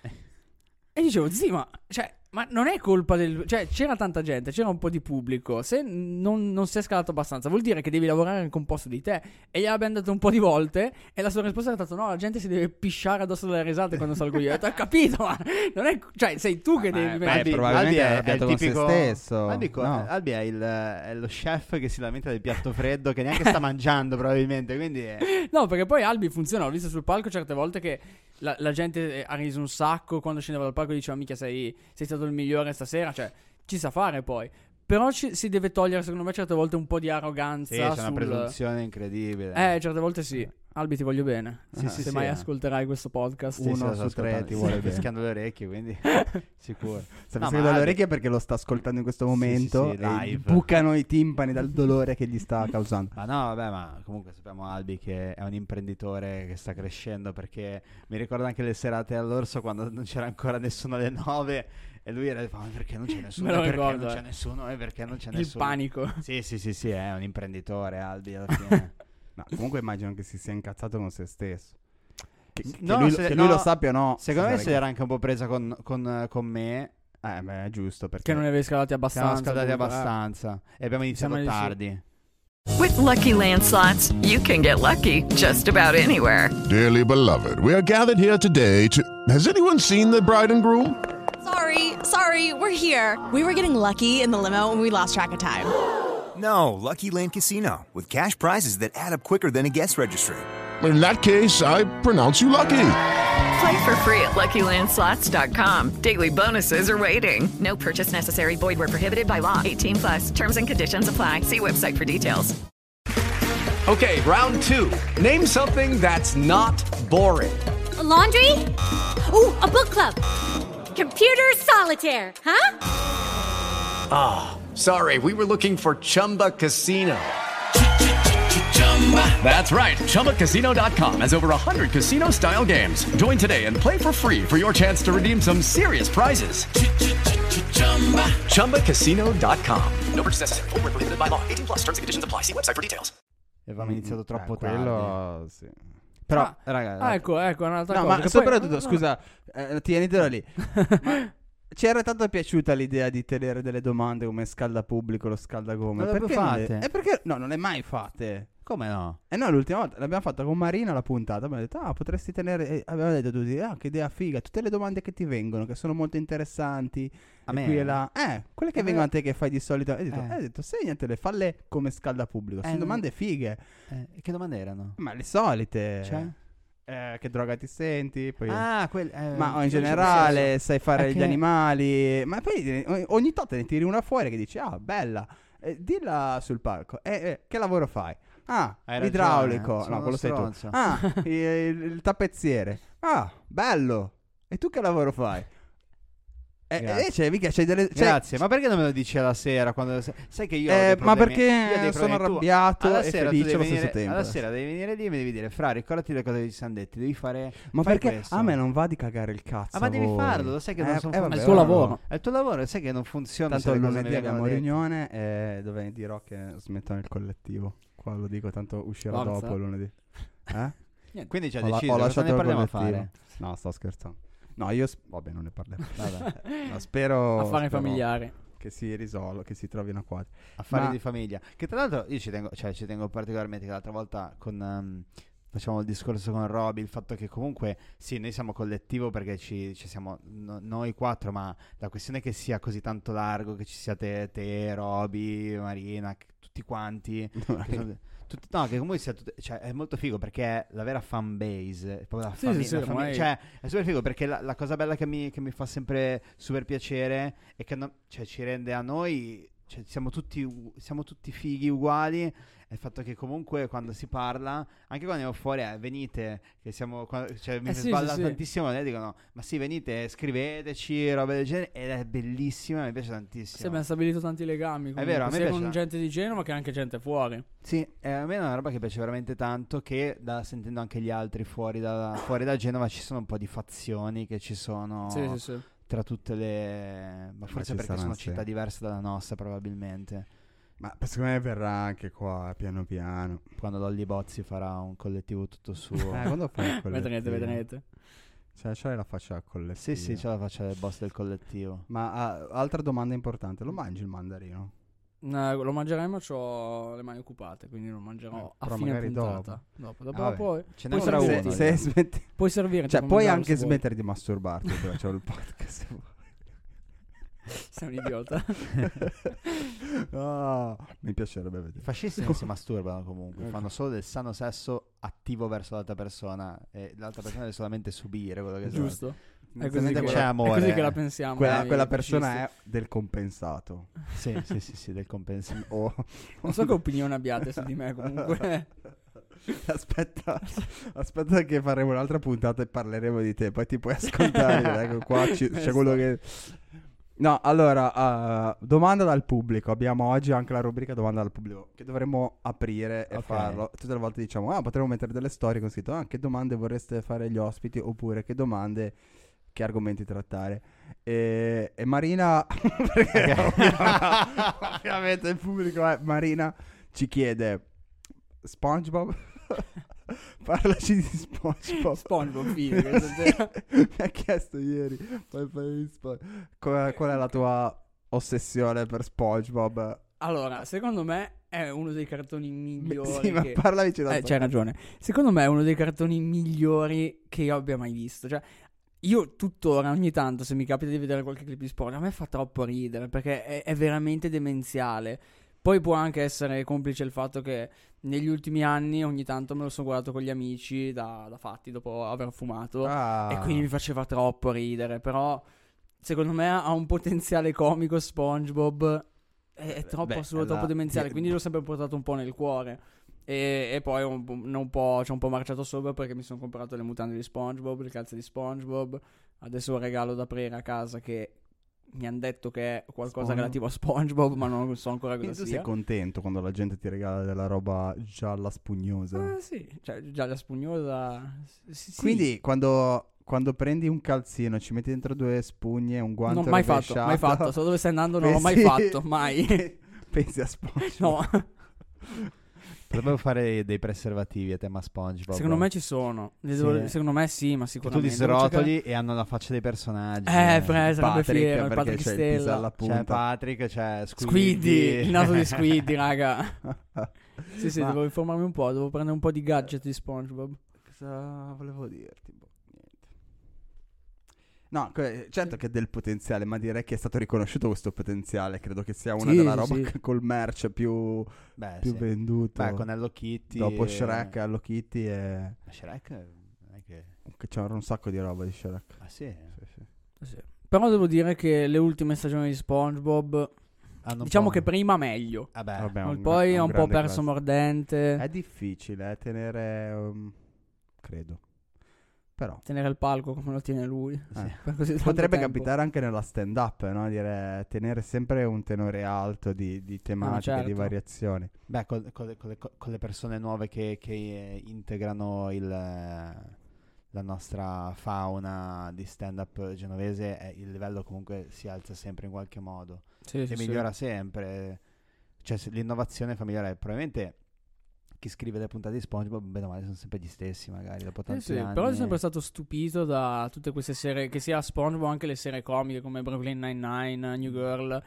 E dicevo, sì, ma non è colpa del... Cioè, c'era tanta gente, c'era un po' di pubblico. Se non si è scalato abbastanza, vuol dire che devi lavorare anche un posto di te. E gli abbiamo detto un po' di volte. E la sua risposta è stata: no, la gente si deve pisciare addosso dalle risate quando salgo io. Ho detto, ho capito, ma non è... Cioè, sei tu che devi... probabilmente è arrabbiato con se stesso. No. Albi è lo chef che si lamenta del piatto freddo, che neanche sta mangiando probabilmente, quindi No, perché poi Albi funziona. L'ho visto sul palco certe volte che la gente ha riso un sacco quando scendeva dal palco e diceva: mica sei stato il migliore stasera. Cioè, ci sa fare poi. Però si deve togliere, secondo me, certe volte un po' di arroganza. sì, c'è una presunzione incredibile. Certe volte sì. Albi, ti voglio bene. Sì, sì, Se sì, mai ascolterai questo podcast. Sì, Uno lo sto su tre ascoltando. ti vuole Sta bene. fischiando le orecchie, quindi sicuro. Sta No, fischiando ma dalle Albi- orecchie perché lo sta ascoltando in questo momento. sì, E gli live. bucano i timpani dal dolore che gli sta causando. Ma no, vabbè, ma comunque sappiamo Albi che è un imprenditore che sta crescendo, perché mi ricordo anche le serate all'Orso quando non c'era ancora nessuno alle 9 e lui era ma perché non c'è nessuno? Me lo Perché ricordo, non c'è nessuno? E perché non c'è Il nessuno? panico. Sì, è un imprenditore Albi alla fine. No, comunque immagino che si sia incazzato con se stesso. Che No, lui, se- che lui no, lo sappia o no. Secondo me si si era anche un po' presa con me. beh, è giusto perché Che non ne avevi scalati Siamo abbastanza. scaldati comunque, abbastanza e abbiamo iniziato Sembra di sì. tardi. With Lucky Land Slots, you can get lucky just about anywhere. Dearly beloved, we are gathered here today to... Has anyone seen the bride and groom? Sorry, we're here. We were getting lucky in the limo and we lost track of time. No, Lucky Land Casino, with cash prizes that add up quicker than a guest registry. In that case, I pronounce you lucky. Play for free at LuckyLandSlots.com. Daily bonuses are waiting. No purchase necessary. Void where prohibited by law. 18 plus. Terms and conditions apply. See website for details. Okay, round 2. Name something that's not boring. A laundry? Ooh, a book club. Computer solitaire, huh? Sorry, we were looking for Chumba Casino. That's right. ChumbaCasino.com has over 100 casino-style games. Join today and play for free for your chance to redeem some serious prizes. ChumbaCasino.com. No purchase necessary. Void where prohibited by law. 18 plus. Terms and conditions apply. See website for details. E avevamo iniziato troppo tardi. quello sì. Però, raga, ecco, un'altra No, cosa. ma che soprattutto, poi... scusa, tienitelo lì. Ma c'era tanto piaciuta l'idea di tenere delle domande come scaldapubblico, lo scaldagome. Non le Perché fate? E perché no, non le mai fatte. come no? E noi l'ultima volta l'abbiamo fatta con Marina la puntata. Abbiamo detto, potresti tenere. E abbiamo detto tutti, che idea figa. Tutte le domande che ti vengono, che sono molto interessanti. A e me? qui e là. Quelle che vengono a te che fai di solito. E ho Eh. detto, segnatele, falle come scaldapubblico. Sono domande fighe. Che domande erano? Ma le solite. Cioè? Che droga ti senti? Poi Ma o in generale sai fare gli che- animali. Ma poi ogni tanto ne tiri una fuori che dici, bella, dilla sul palco. Che lavoro fai? Hai ragione, L'idraulico. sono No, quello sei tu. stronzo. Il tappezziere. Bello. E tu che lavoro fai? Cioè, mica c'hai delle... Grazie, ma perché non me lo dici alla sera? Quando... Sai che io ho dei ma problemi- io ho perché dei sono problemi. Tu arrabbiato alla e sera tu felice devi allo stesso venire- tempo. Alla sera devi venire lì e mi devi dire: Fra, ricordati le cose che ci siamo detti, devi fare. Ma fai perché questo. a me non va di cagare il cazzo. Ah, ma devi voi. farlo, lo sai che non vabbè, È il tuo lavoro. È il tuo lavoro, sai che non funziona. Tanto se le cose lunedì mi vengono abbiamo dette. riunione dove dirò che smettono il collettivo. Qua lo dico, tanto uscirà Forza. dopo lunedì. Quindi ci ha Ho deciso, ho cosa lasciato ne il parliamo a collettivo. fare? No, sto scherzando. No, vabbè, non ne parliamo. No, spero Affari spero familiari. che si risolva, che si trovi una quadra. Affari Ma- di famiglia. Che tra l'altro io ci tengo particolarmente, che l'altra volta facciamo il discorso con Roby, il fatto che comunque sì, noi siamo collettivo perché ci siamo noi 4, ma la questione che sia così tanto largo, che ci siate te, Roby, Marina, tutti quanti, no, che comunque sia cioè, è molto figo perché è la vera fan base, è proprio la Sì, famiglia, sì, ormai- cioè è super figo perché la cosa bella che mi fa sempre super piacere è che cioè, ci rende a noi, cioè, siamo tutti fighi uguali, è il fatto che comunque quando si parla, anche quando andiamo fuori, venite, che siamo, cioè mi sì, sballa sì, sì. tantissimo, e dicono ma sì, venite, scriveteci, robe del genere, ed è bellissima, mi piace tantissimo. Sì, abbiamo stabilito tanti legami. È vero, a me sia piace. con gente di Genova che anche gente fuori. Sì, a me è una roba che piace veramente tanto, che sentendo anche gli altri fuori da Genova ci sono un po' di fazioni che ci sono Sì, sì, sì. tra tutte le... Ma forse ci perché saranno, sono sì. città diverse dalla nostra probabilmente. Ma secondo me verrà anche qua piano piano. Quando Lolli Bozzi farà un collettivo tutto suo. Quando fai il collettivo? Vedrete. Cioè, c'hai la faccia al collettivo. Sì, c'è la faccia del boss del collettivo. Ma altra domanda importante, lo mangi il mandarino? Lo mangeremo, ho le mani occupate, quindi lo mangerò a però fine magari puntata. Dopo vabbè. poi Ce n'è puoi ancora servire. uno. Se smetti... Puoi servire. Cioè, puoi anche smettere di masturbarti per facciamo il podcast. se vuoi. Sei un idiota. Mi piacerebbe I vedere. fascisti non si masturbano comunque, fanno solo del sano sesso attivo verso l'altra persona e l'altra persona deve solamente subire quello che Giusto. È così, Tendenzialmente che, c'è amore. è così che la pensiamo. Quella persona è del compensato. Sì, del compensato. Non so che opinione abbiate su di me comunque. Aspetta che faremo un'altra puntata e parleremo di te. Poi ti puoi ascoltare. Ecco, qua c'è quello che... No, allora, domanda dal pubblico. Abbiamo oggi anche la rubrica domanda dal pubblico che dovremmo aprire e Ok. farlo. Tutte le volte diciamo, potremmo mettere delle storie con scritto, che domande vorreste fare agli ospiti, oppure che domande, che argomenti trattare. E Marina, perché ovviamente il pubblico è Marina, ci chiede SpongeBob. Parlaci di SpongeBob. SpongeBob, fine, Mi ha chiesto ieri qual è la tua ossessione per SpongeBob? Allora, secondo me è uno dei cartoni migliori. Sì, ma parla vicino a c'hai ragione. Secondo me è uno dei cartoni migliori che io abbia mai visto. Cioè, io tuttora, ogni tanto, se mi capita di vedere qualche clip di SpongeBob, a me fa troppo ridere perché è veramente demenziale. Poi può anche essere complice il fatto che negli ultimi anni ogni tanto me lo sono guardato con gli amici da fatti dopo aver fumato e quindi mi faceva troppo ridere. Però secondo me ha un potenziale comico SpongeBob, è troppo assurdo, troppo demenziale, quindi l'ho sempre portato un po' nel cuore. E poi ci ho un po' marciato sopra perché mi sono comprato le mutande di SpongeBob, le calze di SpongeBob. Adesso ho un regalo da aprire a casa che mi hanno detto che è qualcosa relativo a SpongeBob, ma non so ancora cosa Quindi tu sia. sei contento quando la gente ti regala della roba gialla spugnosa? Sì, cioè già la spugnosa. Sì. Quindi quando prendi un calzino, ci metti dentro 2 spugne, un guanto Non mai fatto. So dove stai andando, non l'ho mai fatto, mai. Pensi a SpongeBob? No. Potremmo fare dei preservativi a tema SpongeBob. Secondo me ci sono. Secondo me sì, ma Che tu sicuramente. li srotoli e hanno la faccia dei personaggi. Sarebbe fiero, il perché Patrick c'è il piso Stella. alla punta. C'è Patrick, c'è Squiddy, il naso di Squiddy, raga. Sì, Ma- devo informarmi un po', devo prendere un po' di gadget di SpongeBob. Cosa volevo dirti? Niente. No, certo che è del potenziale, ma direi che è stato riconosciuto questo potenziale. Credo che sia una Sì, della roba sì. col merch più sì. venduto. Beh, con Hello Kitty. Dopo Shrek, Hello Kitty e... Shrek non è che... C'era un sacco di roba di Shrek. Ah sì? Sì. Però devo dire che le ultime stagioni di SpongeBob, diciamo che prima meglio. Vabbè, Poi è un po' grande perso classe. mordente. È difficile tenere, credo. Però tenere il palco come lo tiene lui. Per così tanto potrebbe tempo. capitare anche nella stand up, no? Tenere sempre un tenore alto di tematiche, di certo. variazioni. Beh, con le persone nuove che integrano la nostra fauna di stand-up genovese, il livello comunque si alza sempre in qualche modo. Sì, e migliora sempre. Cioè, l'innovazione fa migliorare. Probabilmente chi scrive le puntate di SpongeBob, bene o male, sono sempre gli stessi, magari, dopo tanti anni. Però sono sempre stato stupito da tutte queste serie, che sia SpongeBob, anche le serie comiche come Brooklyn Nine-Nine, New Girl.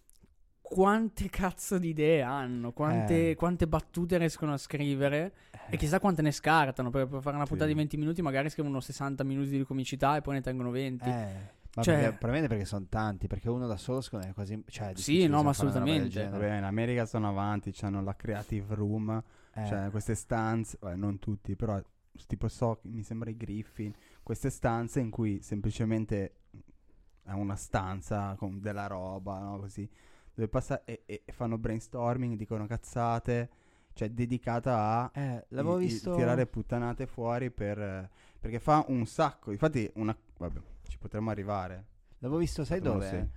Quante cazzo di idee hanno, quante battute riescono a scrivere e chissà quante ne scartano, perché per fare una puntata di 20 minuti magari scrivono 60 minuti di comicità e poi ne tengono 20. Ma probabilmente perché sono tanti, perché uno da solo secondo me è quasi... Cioè, è sì, no, ma fare una roba del assolutamente. genere. Vabbè, in America sono avanti, hanno la creative room, cioè queste stanze, non tutti, però tipo mi sembra i Griffin, queste stanze in cui semplicemente è una stanza con della roba, no, così, dove passa e fanno brainstorming, dicono cazzate, cioè dedicata a tirare puttanate fuori perché fa un sacco, infatti vabbè, ci potremmo arrivare. L'avevo visto, sai dove?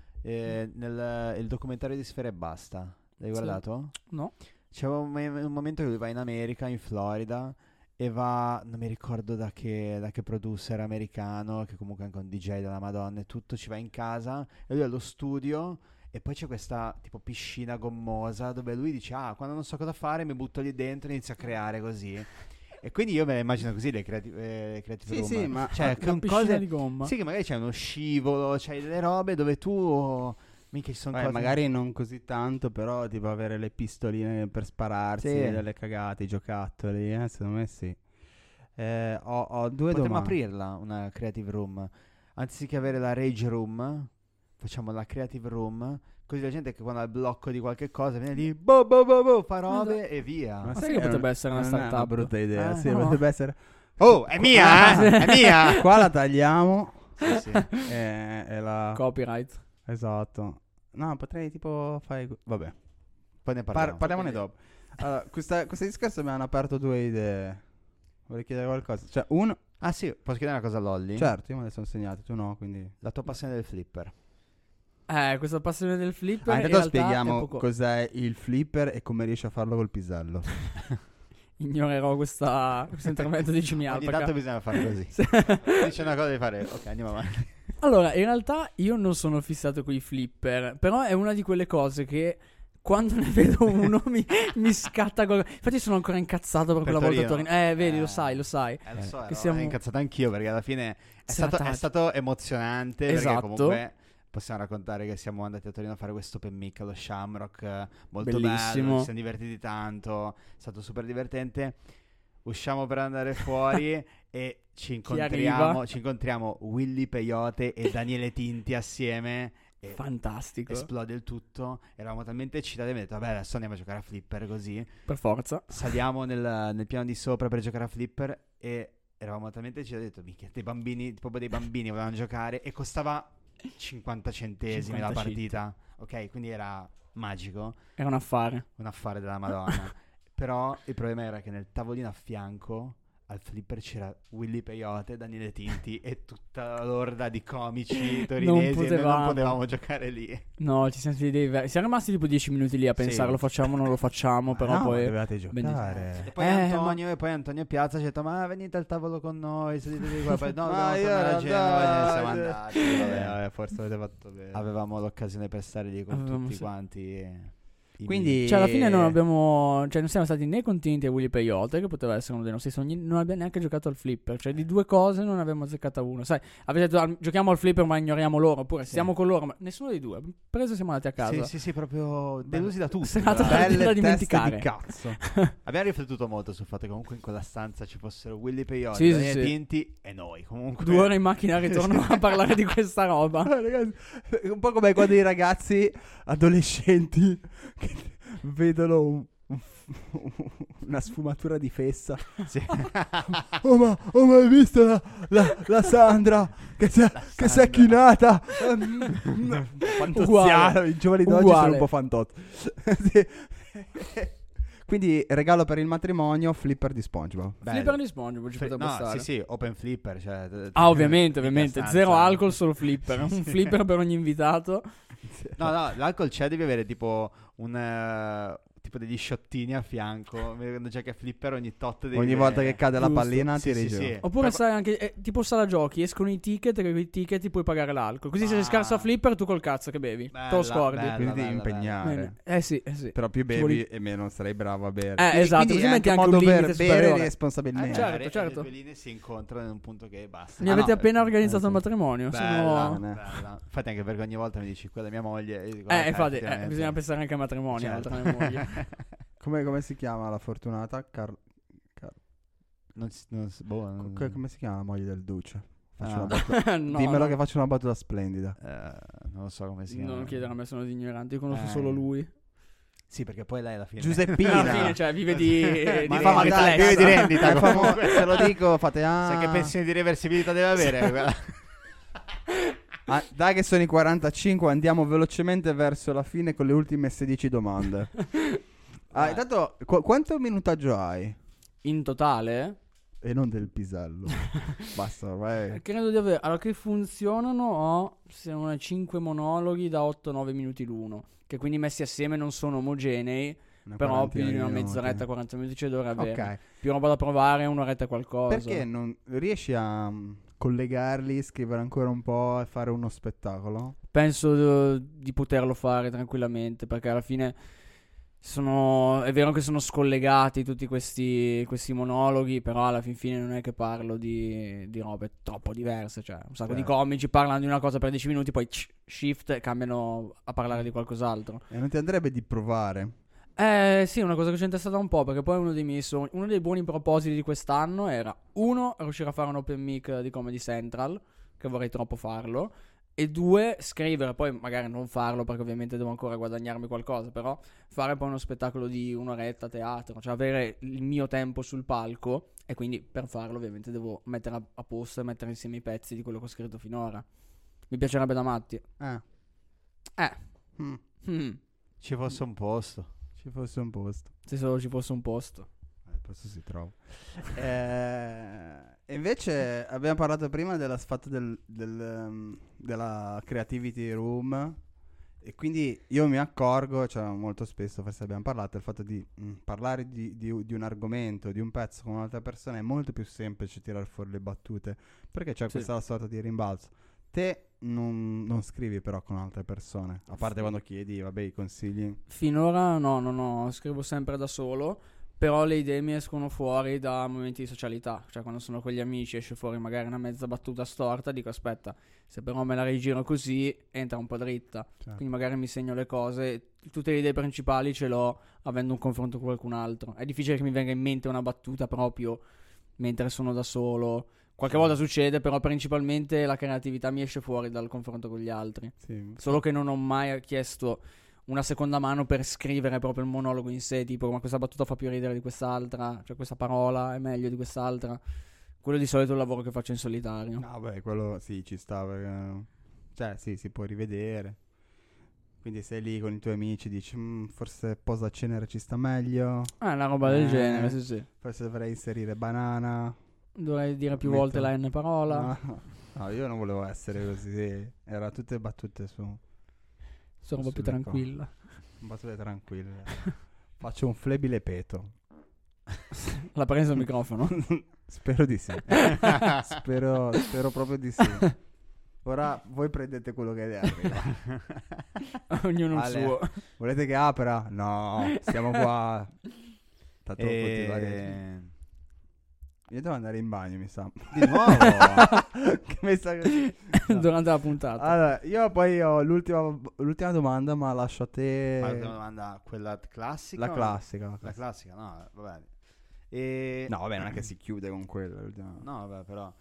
Il documentario di Sfera Ebbasta. L'hai guardato? No. C'è un momento che lui va in America, in Florida, e va, non mi ricordo da che producer americano, che comunque è anche un DJ della Madonna e tutto, ci va in casa e lui allo studio e poi c'è questa tipo piscina gommosa dove lui dice quando non so cosa fare mi butto lì dentro e inizio a creare così. E quindi io me la immagino così le creative room. Sì, ma cioè, una piscina di gomma. Sì, che magari c'è uno scivolo, c'hai delle robe dove tu... Mica ci sono cose... magari non così tanto, però tipo avere le pistoline per spararsi, delle cagate, i giocattoli, secondo me sì. Ho due Potremmo domande. aprirla, una creative room. Anziché avere la rage room, facciamo la creative room, così la gente che quando ha il blocco di qualche cosa viene lì, fa robe e via. Ma sai che potrebbe essere una startup? È una brutta idea, sì, no. potrebbe essere... Oh, è mia, è mia! Qua la tagliamo. Sì. È la... Copyright. Esatto. No, potrei tipo fare... Vabbè. Poi ne parliamo. Parliamone dopo. Allora, questo discorso mi hanno aperto due idee. Vorrei chiedere qualcosa. Cioè, uno... Ah sì, posso chiedere una cosa a Lolli? Certo, io me le sono segnate, tu no, quindi... La tua passione del flipper. Questa passione del flipper in intanto realtà spieghiamo è poco... cos'è il flipper e come riesci a farlo col pisello. Ignorerò questo intervento di Jimmy Ogni Alpaca. tanto bisogna fare così. Dice una cosa di fare... Ok, andiamo avanti. Allora, in realtà io non sono fissato con i flipper, però è una di quelle cose che quando ne vedo uno mi scatta. Infatti sono ancora incazzato per quella volta a Torino. Vedi, lo sai. Lo so, che siamo incazzato anch'io perché alla fine è stato emozionante. Esatto. Perché comunque possiamo raccontare che siamo andati a Torino a fare questo open mic allo Shamrock, molto bellissimo, bello, ci siamo divertiti tanto, è stato super divertente. Usciamo per andare fuori e ci incontriamo Willy Peyote e Daniele Tinti assieme. E fantastico. Esplode il tutto. Eravamo talmente eccitati, abbiamo detto vabbè, adesso andiamo a giocare a flipper così. Per forza. Saliamo nel piano di sopra per giocare a flipper e eravamo talmente eccitati, ho detto minchia, dei bambini volevano giocare e costava 50 centesimi la partita. Ok, quindi era magico. Era un affare della Madonna. Però il problema era che nel tavolino a fianco al flipper c'era Willy Peyote, Daniele Tinti e tutta l'orda di comici torinesi e noi non potevamo giocare lì. No, ci siamo rimasti tipo 10 minuti lì a pensare, lo facciamo o non lo facciamo, però no, poi dovevate giocare. E poi Antonio Piazza ci ha detto ma venite al tavolo con noi, seditevi qua. Poi, no, siamo andati. Vabbè, forse avete fatto bene. Avevamo l'occasione per stare lì con tutti quanti. Quindi cioè alla fine non siamo stati né contenti a Willy Peyote, che poteva essere uno dei nostri sogni, non abbiamo neanche giocato al flipper, cioè di due cose non abbiamo azzeccata una. Sai, avete detto giochiamo al flipper ma ignoriamo loro, oppure stiamo con loro, ma nessuno dei due. Preso siamo andati a casa. Sì, proprio delusi da tutti. Serata da dimenticare. Di cazzo. Abbiamo riflettuto molto sul fatto che comunque in quella stanza ci fossero Willy Peyote, Daniele Tinti e noi comunque 2 ore in macchina al ritorno a parlare di questa roba. Ragazzi, un po' come quando i ragazzi adolescenti che vedono una sfumatura di fessa. Sì. ma hai visto la Sandra che si è chinata? Fantoziana. I giovani d'oggi sono un po' fantozzi. Sì. Quindi regalo per il matrimonio, flipper di SpongeBob. Flipper di SpongeBob ci potrebbe stare. Sì, open flipper. Cioè, ovviamente. Zero alcol, solo flipper. Un flipper per ogni invitato. No, l'alcol c'è, devi avere tipo tipo degli sciottini a fianco. Quando c'è che flipper ogni tot devi ogni volta che cade la Giusto. pallina Sì, tiri sì, giù. sì. Oppure sai anche tipo sala giochi, escono i ticket e con i ticket puoi pagare l'alcol. Così se sei scarso a flipper tu col cazzo che bevi. Te lo scordi. Quindi devi impegnare. Sì. Però più bevi e meno sarai bravo a bere. Esatto, quindi così è metti anche anche modo un per limite bere superiore. responsabilmente. Certo. Le due linee si incontrano in un punto che basta. Mi avete appena organizzato il matrimonio. Bella. Infatti anche perché ogni volta mi dici quella è mia moglie. Io dico, infatti bisogna pensare anche al matrimonio. Certo. Oltre a mia moglie. Come si chiama la fortunata? Come si chiama la moglie del duce? No, Dimmelo che faccio una battuta splendida. Non lo so come si chiama. Non chiedere a me, sono ignorante. Io conosco solo Eh. lui. Sì, perché poi lei alla fine Giuseppina. Alla fine, cioè, vive di fama dai, vive di rendita. Comunque. Se lo dico, fate Sai che pensione di reversibilità deve avere? Dai che sono i 45, andiamo velocemente verso la fine con le ultime 16 domande. Intanto, quanto minutaggio hai? In totale? E non del pisello. Basta, vai. Credo di avere. Allora, che funzionano sono 5 monologhi da 8-9 minuti l'uno. Che quindi messi assieme non sono omogenei. Però più di una mezz'oretta, 40 minuti ci dovrei avere. Ok. Più roba da provare, un'oretta qualcosa. Perché non riesci a collegarli, scrivere ancora un po' e fare uno spettacolo? Penso di poterlo fare tranquillamente. Perché alla fine è vero che sono scollegati tutti questi monologhi. Però alla fine non è che parlo di robe troppo diverse. Cioè un sacco di comici parlano di una cosa per 10 minuti, poi shift e cambiano a parlare di qualcos'altro. E non ti andrebbe di provare? Sì, una cosa che ci è interessata un po', perché poi uno dei buoni propositi di quest'anno era riuscire a fare un open mic di Comedy Central, che vorrei troppo farlo, e 2, scrivere, poi magari non farlo perché ovviamente devo ancora guadagnarmi qualcosa, però fare poi uno spettacolo di un'oretta a teatro, cioè avere il mio tempo sul palco, e quindi per farlo ovviamente devo mettere a posto e mettere insieme i pezzi di quello che ho scritto finora. Mi piacerebbe da matti. Ci fosse un posto. Ci fosse un posto. Se solo ci fosse un posto. Il posto si trova. E invece abbiamo parlato prima della sfatta della creativity room. E quindi io mi accorgo, cioè molto spesso forse abbiamo parlato, del fatto di parlare di un argomento, di un pezzo con un'altra persona è molto più semplice tirare fuori le battute, perché c'è questa sorta di rimbalzo. Te non scrivi però con altre persone, a parte quando chiedi, vabbè, i consigli. Finora no, scrivo sempre da solo, però le idee mi escono fuori da momenti di socialità, cioè quando sono con gli amici esce fuori magari una mezza battuta storta, dico aspetta, se però me la rigiro così entra un po' dritta, quindi magari mi segno le cose, tutte le idee principali ce l'ho avendo un confronto con qualcun altro. È difficile che mi venga in mente una battuta proprio mentre sono da solo. Qualche volta succede, però principalmente la creatività mi esce fuori dal confronto con gli altri. Solo che non ho mai chiesto una seconda mano per scrivere proprio il monologo in sé, tipo ma questa battuta fa più ridere di quest'altra, cioè questa parola è meglio di quest'altra. Quello di solito è il lavoro che faccio in solitario. No, beh, quello sì, ci sta, perché cioè sì, si può rivedere. Quindi sei lì con i tuoi amici, dici forse posa cenere ci sta meglio. Una roba del genere, sì. Forse dovrei inserire banana. Dovrei dire più volte la N parola. No, io non volevo essere così. Era tutte battute su. Sono un po' più tranquilla. Battute tranquille. Faccio un flebile peto. L'ha preso il microfono? Spero di sì. Spero proprio di sì. Ora voi prendete quello che arriva. Ognuno il suo. Volete che apra? No, stiamo qua. Tanto io devo andare in bagno, mi sa. Di nuovo? Che mi sa così. No. Durante la puntata. Allora, io poi ho l'ultima domanda, ma lascio a te. Ma l'ultima domanda, quella classica? La classica. La classica, no, va bene. No, vabbè, non è che si chiude con quella. No, vabbè, però.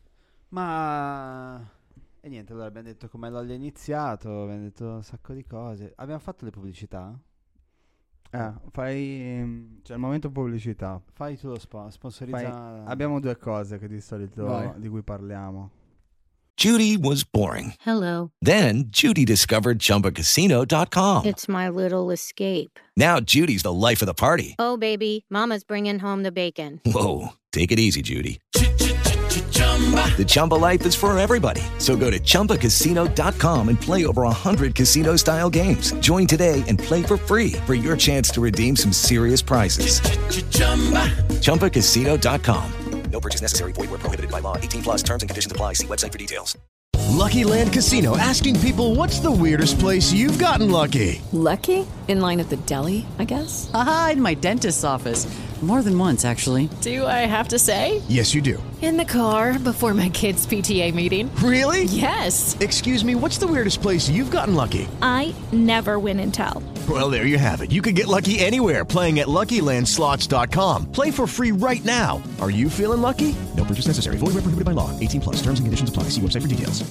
Ma. E niente, allora abbiamo detto come l'ho iniziato, abbiamo detto un sacco di cose. Abbiamo fatto le pubblicità? Fai. C'è il momento pubblicità. Fai tu lo sponsorizza. Abbiamo due cose che di solito di cui parliamo. Judy was boring. Hello. Then Judy discovered ChumbaCasino.com. It's my little escape. Now Judy's the life of the party. Oh, baby, mama's bringing home the bacon. Whoa, take it easy, Judy. The Chumba life is for everybody. So go to ChumbaCasino.com and play over 100 casino-style games. Join today and play for free for your chance to redeem some serious prizes. ChumbaCasino.com. No purchase necessary. Void where prohibited by law. 18 plus terms and conditions apply. See website for details. Lucky Land Casino, asking people, what's the weirdest place you've gotten lucky? Lucky? In line at the deli, I guess? Aha, in my dentist's office. More than once, actually. Do I have to say? Yes, you do. In the car before my kids' PTA meeting. Really? Yes. Excuse me, what's the weirdest place you've gotten lucky? I never win and tell. Well, there you have it. You can get lucky anywhere, playing at LuckyLandSlots.com. Play for free right now. Are you feeling lucky? No purchase necessary. Void where prohibited by law. 18 plus. Terms and conditions apply. See website for details.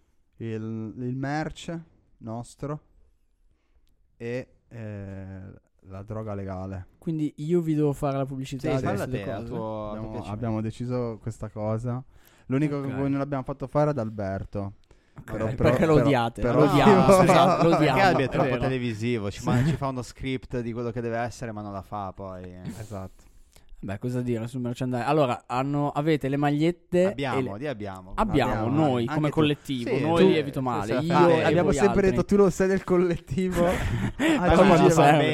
Il merch nostro e la droga legale. Quindi io vi devo fare la pubblicità. Sì, falla te, abbiamo deciso questa cosa. L'unico che non l'abbiamo fatto fare è ad Alberto. Okay, perché lo odiate? Lo odiamo. Perché è troppo televisivo, ci fa uno script di quello che deve essere, ma non la fa poi. Esatto. Beh, cosa dire sul merchandising? Allora, avete le magliette. Abbiamo noi come collettivo. Sì, noi lievito male. Abbiamo sempre detto tu lo sei del collettivo. Comunque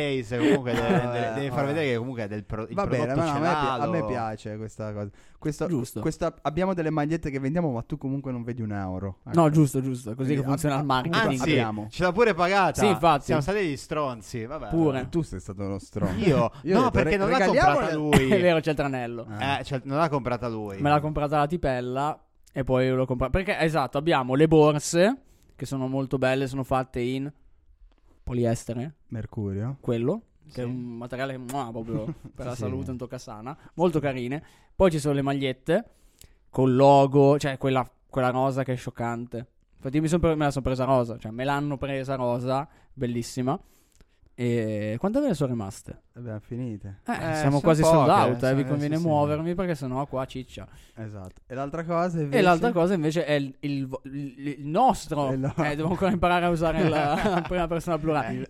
devi far vedere che comunque è del Va bene, a me piace questa cosa. Abbiamo delle magliette che vendiamo, ma tu comunque non vedi un euro. Ecco. No, giusto. Così che funziona il marketing. Anzi, ce l'ha pure pagata. Sì, infatti. Siamo stati degli stronzi. Vabbè. Pure. Tu sei stato uno stronzo. Io no, perché non l'ha comprata lui. È vero, c'è il tranello. Non l'ha comprata lui. Me l'ha comprata la tipella e poi l'ho comprata. Perché, esatto, abbiamo le borse che sono molto belle, sono fatte in poliestere. Mercurio. Quello. Che è un materiale proprio per la salute, un tocca sana. Molto carine. Poi ci sono le magliette col logo, cioè quella rosa che è scioccante. Infatti io me la sono presa rosa, cioè me l'hanno presa rosa, bellissima. E quante ve ne sono rimaste? Abbiamo finite. Siamo quasi sold out, vi conviene muovermi perché sennò qua ciccia. Esatto. E l'altra cosa invece è il nostro. Devo ancora imparare a usare la prima persona plurale.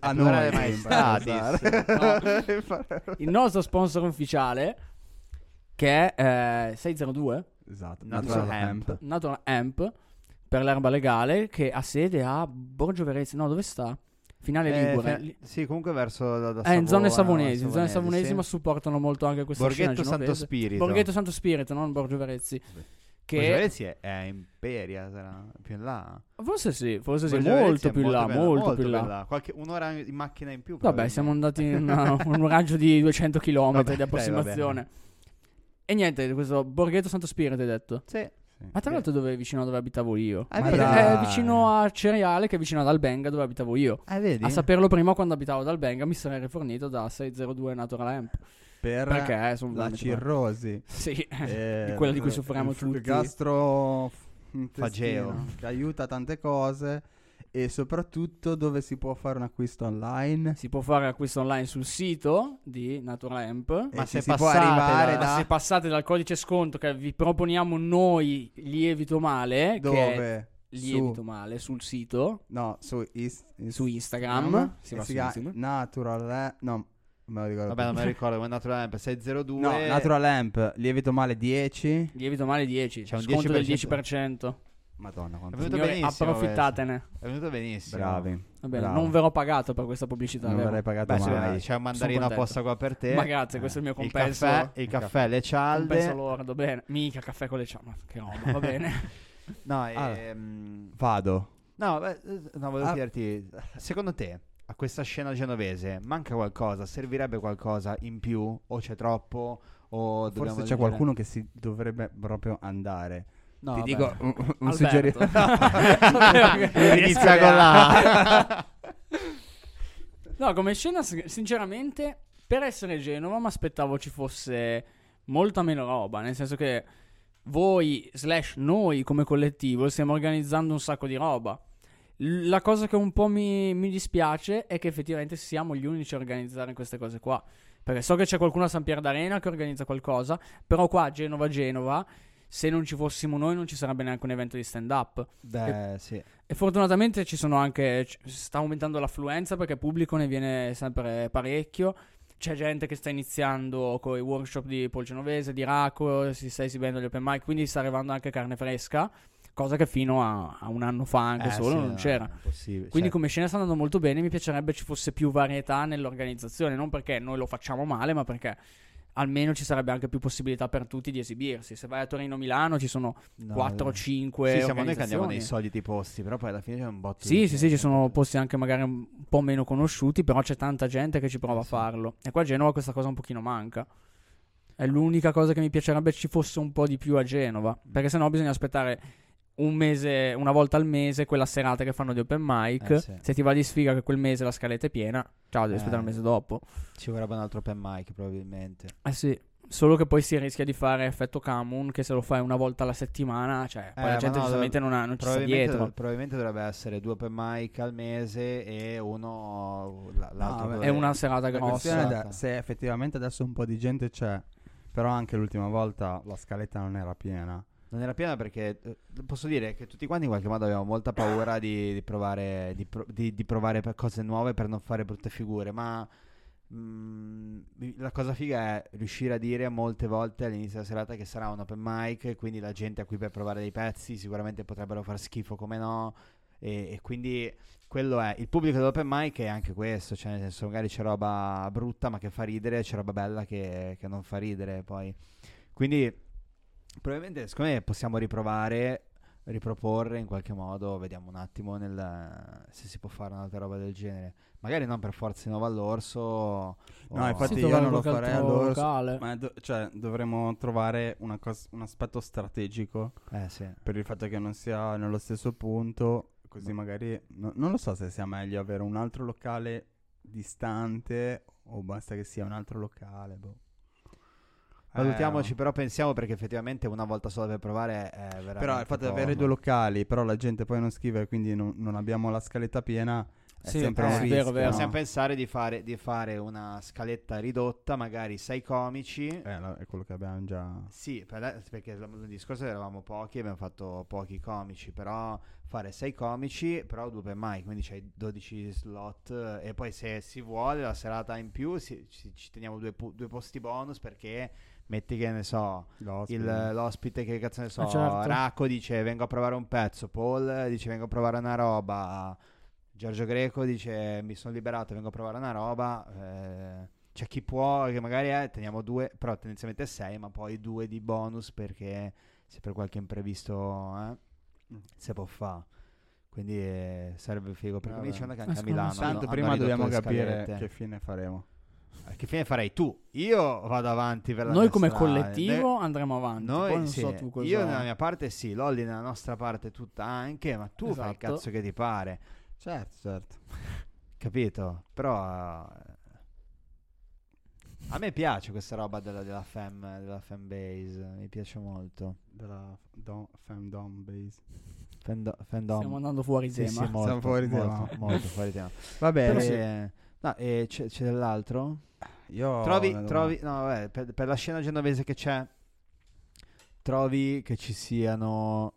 Il nostro sponsor ufficiale che è 602. Esatto. Natural Hemp per l'erba legale, che ha sede a Borgio Verezzi. No, dove sta? Finale Ligure. Sì, comunque verso in zone savonesi. In zone savonesi, ma supportano molto anche questa Borghetto Santo Spirito. Borghetto Santo Spirito, non Borgio Verezzi. Che Borgio Verezzi è Imperia, sarà più in là. Forse sì, molto più in là, molto più in là. Un'ora in macchina in più. Vabbè, siamo andati in un raggio di 200 km di approssimazione. E niente, questo Borghetto Santo Spirito hai detto? Sì. Ma tra l'altro dove è vicino a dove abitavo io? È vicino a Cereale, che è vicino ad Albenga, dove abitavo io. Vedi? A saperlo prima, quando abitavo ad Albenga, mi sarei rifornito da 602 Natural Hemp. Perché la cirrosi. Sì, di quella di cui soffriamo tutti. Il gastrofageo, che aiuta tante cose. E soprattutto dove si può fare un acquisto online? Si può fare acquisto online sul sito di Natural Hemp. Ma se passate dal codice sconto che vi proponiamo noi, Lievito Male, dove? Che è Lievito Male sul sito. No, su Instagram. Si chiama Natural no, me lo ricordo. Vabbè, non me lo ricordo, come Natural Hemp 602. No, Natural Hemp, Lievito Male 10. Lievito Male 10. C'è un sconto 10%. del 10%. Madonna, quanto è venuto benissimo. Approfittatene. È venuto benissimo. Bravi. Va bene, non verrò pagato per questa pubblicità. Non verrei pagato mai. C'è un mandarino apposta qua per te. Ma grazie, questo è il mio compenso. Il caffè, le cialde. Compenso lordo, bene. Mica caffè con le cialde. Ma che roba, va bene. No, vado. No, volevo chiederti, secondo te a questa scena genovese manca qualcosa? Servirebbe qualcosa in più? O c'è troppo? O forse c'è qualcuno che si dovrebbe proprio andare. No, ti dico un suggerimento. Inizia con la No, come scena sinceramente, per essere Genova mi aspettavo ci fosse molta meno roba, nel senso che noi come collettivo stiamo organizzando un sacco di roba. La cosa che un po' mi dispiace è che effettivamente siamo gli unici a organizzare queste cose qua, perché so che c'è qualcuno a San Pier d'Arena che organizza qualcosa, però qua a Genova se non ci fossimo noi non ci sarebbe neanche un evento di stand up. Sì. E fortunatamente ci sono anche, sta aumentando l'affluenza perché pubblico ne viene sempre parecchio. C'è gente che sta iniziando con i workshop di Paul Genovese, di Racco, si sta esibendo agli open mic, quindi sta arrivando anche carne fresca, cosa che fino a un anno fa anche solo non c'era. Quindi come scena sta andando molto bene, mi piacerebbe ci fosse più varietà nell'organizzazione, non perché noi lo facciamo male, ma perché almeno ci sarebbe anche più possibilità per tutti di esibirsi. Se vai a Torino o Milano ci sono 4-5 Sì, siamo noi che andiamo nei organizzazioni. soliti posti, però poi alla fine c'è un botto Sì, di sì, ci sono posti anche magari un po' meno conosciuti, però c'è tanta gente che ci prova a farlo. E qua a Genova questa cosa un pochino manca. È l'unica cosa che mi piacerebbe ci fosse un po' di più a Genova, perché sennò bisogna aspettare un mese, una volta al mese, quella serata che fanno di open mic. Sì. Se ti va di sfiga che quel mese la scaletta è piena, ciao, devi aspettare il mese dopo. Ci vorrebbe un altro open mic probabilmente. Sì. Solo che poi si rischia di fare effetto Camun, che se lo fai una volta alla settimana, cioè poi la gente giustamente non ci sta dietro. Probabilmente dovrebbe essere 2 open mic al mese e uno l'altro. È una serata La grossa. questione è se effettivamente adesso un po' di gente c'è, però anche l'ultima volta la scaletta non era piena. Non era piena perché posso dire che tutti quanti in qualche modo avevamo molta paura di provare per cose nuove per non fare brutte figure, ma la cosa figa è riuscire a dire molte volte all'inizio della serata che sarà un open mic, quindi la gente a cui per provare dei pezzi sicuramente potrebbero far schifo come no, e quindi quello è il pubblico dell'open mic, è anche questo, cioè nel senso magari c'è roba brutta ma che fa ridere, c'è roba bella che non fa ridere poi, quindi probabilmente secondo me possiamo riproporre in qualche modo, vediamo un attimo se si può fare un'altra roba del genere, magari non per forza di nuovo all'Orso. No, infatti io non lo farei all'Orso, ma cioè dovremmo trovare un aspetto strategico per il fatto che non sia nello stesso punto, così magari non lo so se sia meglio avere un altro locale distante o basta che sia un altro locale, Valutiamoci, però pensiamo, perché effettivamente una volta sola per provare è veramente però il fatto di avere 2 locali, però la gente poi non scrive, quindi non abbiamo la scaletta piena, è sempre un rischio. Vero. Possiamo pensare di fare una scaletta ridotta, magari 6 comici. È quello che abbiamo già. Sì, perché il discorso eravamo pochi, abbiamo fatto pochi comici, però fare 6 comici, però 2 open mic, quindi c'hai 12 slot, e poi se si vuole la serata in più ci teniamo 2 posti bonus, perché metti che ne so l'ospite che cazzo ne so, certo. Racco dice vengo a provare un pezzo, Paul dice vengo a provare una roba, Giorgio Greco dice mi sono liberato, vengo a provare una roba, c'è chi può, che magari teniamo 2, però tendenzialmente 6, ma poi 2 di bonus perché se per qualche imprevisto si può fare, quindi sarebbe figo, perché mi dicevano che anche a Milano tanto prima dobbiamo capire che fine faremo. Che fine farei tu? Io vado avanti per la noi mia come strada. collettivo andremo avanti. Noi, poi non sì, so tu cosa. io nella mia parte sì, Lolli nella nostra parte tutta anche, ma tu fai il Esatto. cazzo che ti pare. Certo. Capito? Però a me piace questa roba della fan base, mi piace molto. Della fandom base. Fandom. Stiamo andando fuori tema. Sì, molto, Siamo fuori tema. molto fuori tema. Va bene. Sì. No, e c'è dell'altro? Io trovi no, vabbè, per la scena genovese che c'è, trovi che ci siano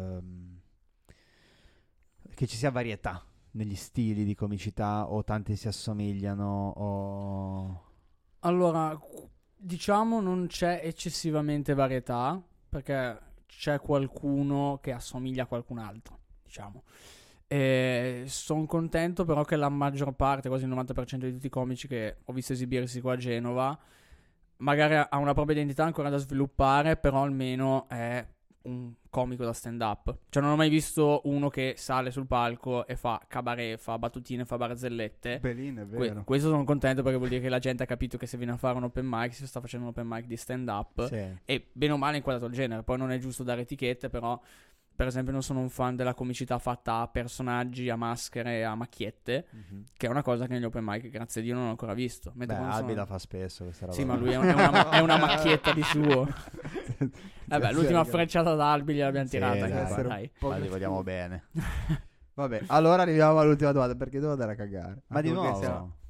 che ci sia varietà negli stili di comicità, o tanti si assomigliano, o Allora, diciamo non c'è eccessivamente varietà, perché c'è qualcuno che assomiglia a qualcun altro, diciamo. Sono contento però che la maggior parte, quasi il 90% di tutti i comici che ho visto esibirsi qua a Genova, magari ha una propria identità ancora da sviluppare, però almeno è un comico da stand up. Cioè non ho mai visto uno che sale sul palco e fa cabaret, fa battutine, fa barzellette. Bellino, è vero. Questo sono contento, perché vuol dire che la gente ha capito che se viene a fare un open mic si sta facendo un open mic di stand up, sì. E bene o male inquadrato il genere. Poi non è giusto dare etichette, però per esempio non sono un fan della comicità fatta a personaggi, a maschere, a macchiette, che è una cosa che negli open mic, grazie a Dio, non ho ancora visto. Beh, Albi la fa spesso questa roba. Sì, ma lui è una macchietta di suo. Vabbè, l'ultima frecciata da Albi gliel'abbiamo tirata. Dai. Ma li vogliamo bene. Vabbè, allora arriviamo all'ultima domanda, perché devo andare a cagare. Ma di nuovo?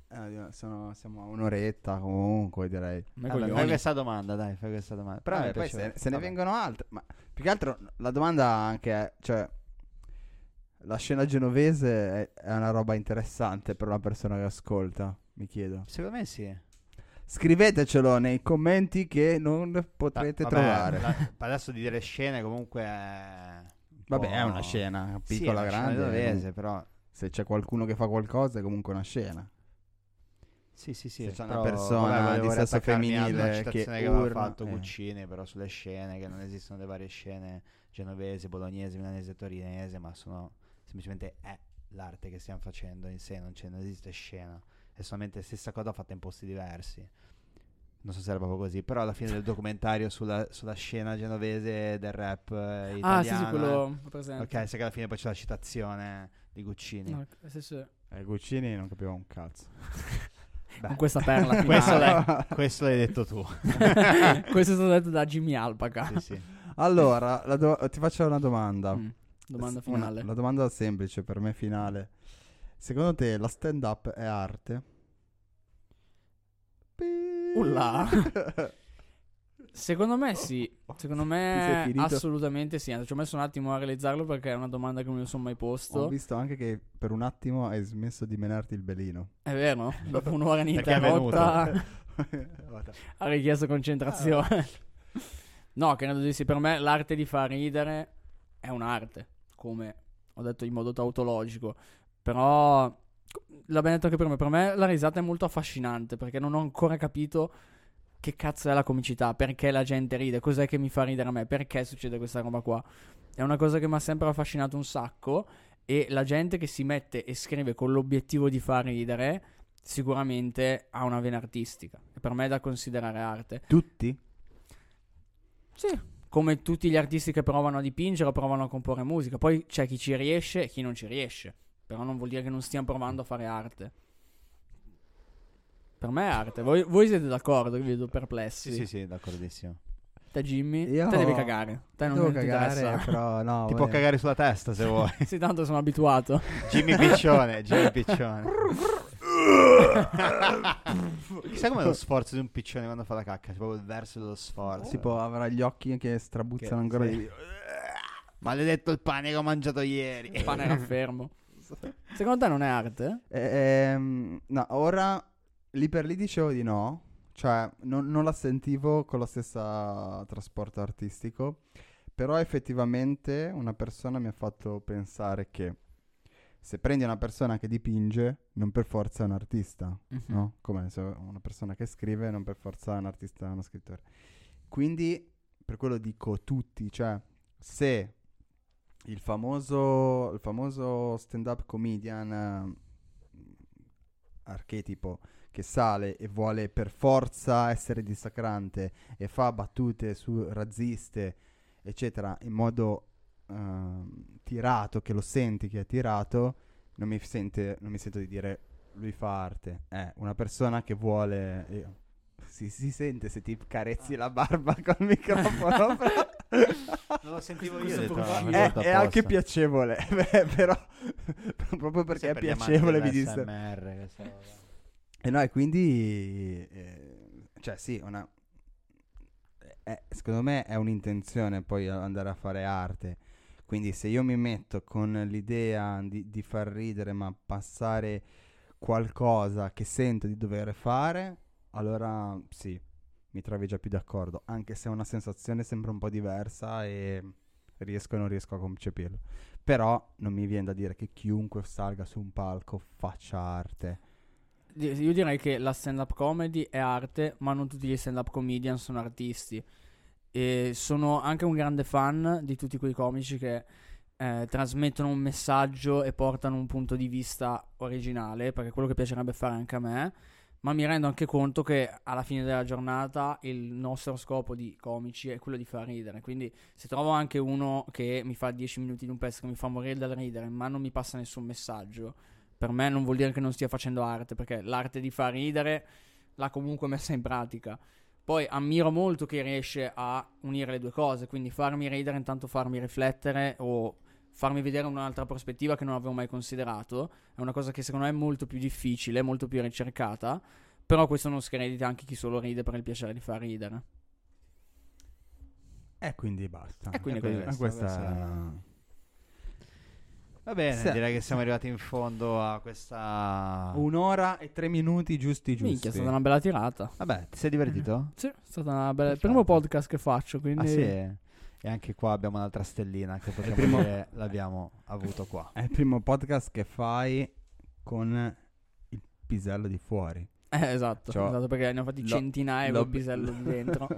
siamo a un'oretta comunque, direi. Vabbè, fai questa domanda, dai, fai questa domanda. Però poi se ne vengono altre. Ma più che altro la domanda anche è, cioè, la scena genovese è una roba interessante per una persona che ascolta, mi chiedo. Secondo me sì. Scrivetecelo nei commenti che non potrete trovare. Adesso di dire scene comunque è... Vabbè, è una scena, piccola, grande. Genovese, però... Se c'è qualcuno che fa qualcosa è comunque una scena. Sì. Se c'è una persona di sesso femminile che aveva fatto Guccini, però sulle scene, che non esistono le varie scene genovese, bolognese, milanese, torinese, ma sono semplicemente l'arte che stiamo facendo in sé, non esiste scena, è solamente la stessa cosa fatta in posti diversi. Non so se era proprio così, però alla fine del documentario sulla scena genovese del rap italiano. Sì, quello presente. Ok, sai che alla fine poi c'è la citazione di Guccini. No, Guccini non capivo un cazzo. Con questa perla questo l'hai detto tu. Questo è stato detto da Jimmy Alpaca. Sì. Allora, ti faccio una domanda. Domanda finale. La domanda semplice per me finale. Secondo te la stand up è arte? Ulla. Secondo me sì. Secondo me assolutamente sì. Ci ho messo un attimo a realizzarlo perché è una domanda che non mi sono mai posto. Ho visto anche che per un attimo hai smesso di menarti il belino. È vero? Dopo un'ora ininterrotta ha richiesto concentrazione. No, credo di sì. Per me l'arte di far ridere è un'arte, come ho detto in modo tautologico. Però l'abbiamo detto anche per me la risata è molto affascinante, perché non ho ancora capito che cazzo è la comicità, perché la gente ride, cos'è che mi fa ridere a me, perché succede questa roba qua. È una cosa che mi ha sempre affascinato un sacco, e la gente che si mette e scrive con l'obiettivo di far ridere sicuramente ha una vena artistica, e per me è da considerare arte. Tutti? Sì, come tutti gli artisti che provano a dipingere o provano a comporre musica. Poi c'è chi ci riesce e chi non ci riesce, però non vuol dire che non stiamo provando a fare arte. Per me è arte. Voi siete d'accordo? Vi vedo perplessi. Sì, d'accordissimo. Te Jimmy? Io te devi cagare. Te non devo ti cagare, interessa. però no. Ti può cagare sulla testa se vuoi. Sì, tanto sono abituato. Jimmy Piccione. Chissà com'è lo sforzo di un piccione quando fa la cacca. C'è proprio il verso dello sforzo. Tipo avrà gli occhi che strabuzzano ancora di più. Maledetto il pane che ho mangiato ieri. Il pane era fermo. Secondo te non è arte? No, ora lì per lì dicevo di no. Cioè non la sentivo con la stessa trasporto artistico. Però effettivamente una persona mi ha fatto pensare che se prendi una persona che dipinge, non per forza è un artista, no? Come se una persona che scrive, non per forza è un artista, uno scrittore. Quindi per quello dico tutti, cioè se il famoso stand-up comedian archetipo che sale e vuole per forza essere dissacrante e fa battute su razziste, eccetera, in modo tirato, che lo senti che è tirato, non mi sento di dire lui fa arte. È una persona che vuole... Si sente se ti carezzi la barba col microfono. Non lo sentivo io. È anche piacevole. Però proprio perché è piacevole mi disse. E no, e quindi cioè sì, secondo me è un'intenzione poi andare a fare arte. Quindi se io mi metto con l'idea di far ridere ma passare qualcosa che sento di dover fare, allora sì, mi trovi già più d'accordo, anche se è una sensazione sempre un po' diversa e riesco o non riesco a concepirlo. Però non mi viene da dire che chiunque salga su un palco faccia arte. Io direi che la stand-up comedy è arte, ma non tutti gli stand-up comedian sono artisti. E sono anche un grande fan di tutti quei comici che trasmettono un messaggio e portano un punto di vista originale, perché è quello che piacerebbe fare anche a me. Ma mi rendo anche conto che alla fine della giornata il nostro scopo di comici è quello di far ridere. Quindi se trovo anche uno che mi fa 10 minuti di un pezzo che mi fa morire dal ridere, ma non mi passa nessun messaggio, per me non vuol dire che non stia facendo arte, perché l'arte di far ridere l'ha comunque messa in pratica. Poi ammiro molto chi riesce a unire le due cose, quindi farmi ridere intanto farmi riflettere, o farmi vedere un'altra prospettiva che non avevo mai considerato. È una cosa che secondo me è molto più difficile, molto più ricercata. Però questo non scredita anche chi solo ride per il piacere di far ridere. E quindi basta. E quindi questa... Va bene, direi che siamo arrivati in fondo a questa 1 ora e 3 minuti giusti. Minchia, è stata una bella tirata. Vabbè, ti sei divertito? Sì, è stata una bella... Il primo podcast che faccio, quindi... Ah sì? E anche qua abbiamo un'altra stellina che potremmo dire l'abbiamo avuto qua. È il primo podcast che fai con il pisello di fuori. Esatto, esatto, perché ne ho fatti centinaia col pisello di dentro.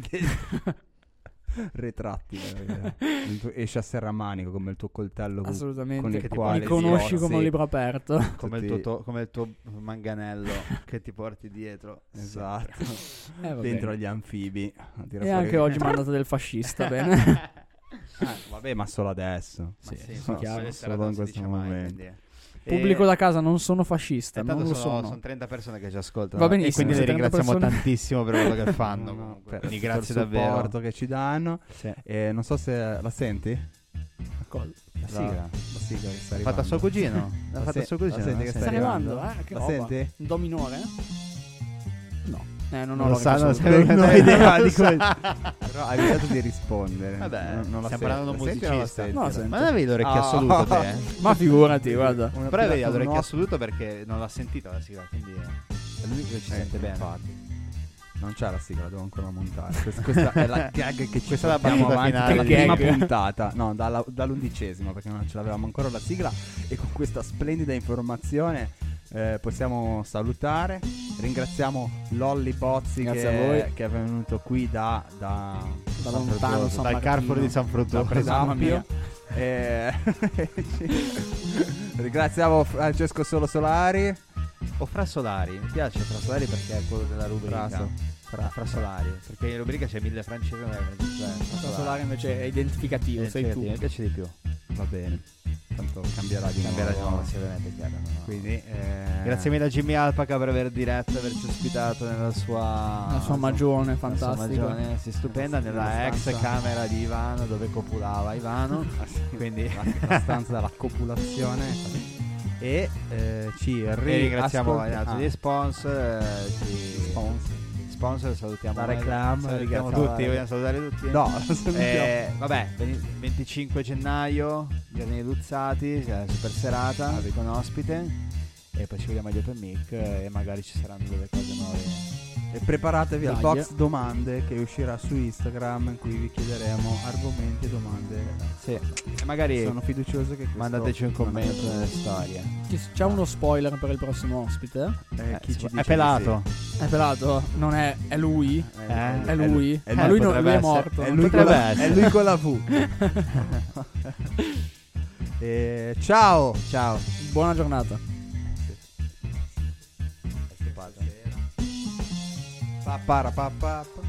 Retrattile. Esce a serramanico come il tuo coltello. Assolutamente. Con il quale mi conosci come un libro aperto. Come il tuo manganello che ti porti dietro. Esatto. Dentro agli anfibi. E anche oggi mi ha mandato del fascista, bene. Vabbè, ma solo adesso. Sì, chiaro. Solo in questo momento. Pubblico da casa, non sono fascista, non lo sono 30 persone che ci ascoltano. Va benissimo, e quindi le ringraziamo tantissimo per quello che fanno. Comunque. Per grazie il davvero. supporto che ci danno. Sì. Non so se la senti. La sigla che sta arrivando. Fatta suo cugino. L'ha fatta suo cugino. La senti che sta arrivando? Che la roba. senti? Do minore? No. Non ho lo sa, non ho idea di come. Però hai evitato di rispondere. Vabbè, non stiamo parlando di un musicista. No, ma non avevi l'orecchio assoluto te? Ma figurati, guarda. Però avevi l'orecchio assoluto perché non l'ha sentita la sigla, quindi è l'unico che ci sente bene. Infatti. Non c'è la sigla, devo ancora montare. Questa è la gag che ci portiamo avanti dalla prima puntata. No, dall'11ª, perché non ce l'avevamo ancora la sigla. E con questa splendida informazione possiamo salutare. Ringraziamo Lolli Bozzi che è venuto qui da lontano, dal Carrefour di San Fruttolo. Ringraziamo Francesco Solo Solari. O Fra Solari, mi piace Fra Solari perché è quello della rubrica. Fra Solari, perché in rubrica c'è 1000 francesi. Fra Solari invece è identificativo, sei tu. Mi piace di più. Va bene. Tanto cambierà di nuovo, ovviamente, chiaro. Quindi grazie mille a Jimmy Alpaca per aver diretto e averci ospitato nella sua magione fantastica. Sì, stupenda, nella ex camera di Ivano dove copulava Ivano. Quindi la stanza della copulazione. E ci ringraziamo gli sponsor. Sponsor, salutiamo la reclama, salutiamo tutti, vogliamo salutare tutti? No, vabbè, 25 gennaio, Giardini Luzzati, super serata con ospite, e poi ci vediamo agli Open Mic e magari ci saranno delle cose nuove. E preparatevi al box domande che uscirà su Instagram, in cui vi chiederemo argomenti e domande. Sì, e magari sono fiducioso che mandateci un commento nelle storie. C'è uno spoiler per il prossimo ospite? Chi ci dice è pelato. È pelato? Non è lui? È lui? Ma lui è morto. È lui con la V. Ciao. Buona giornata. Papà.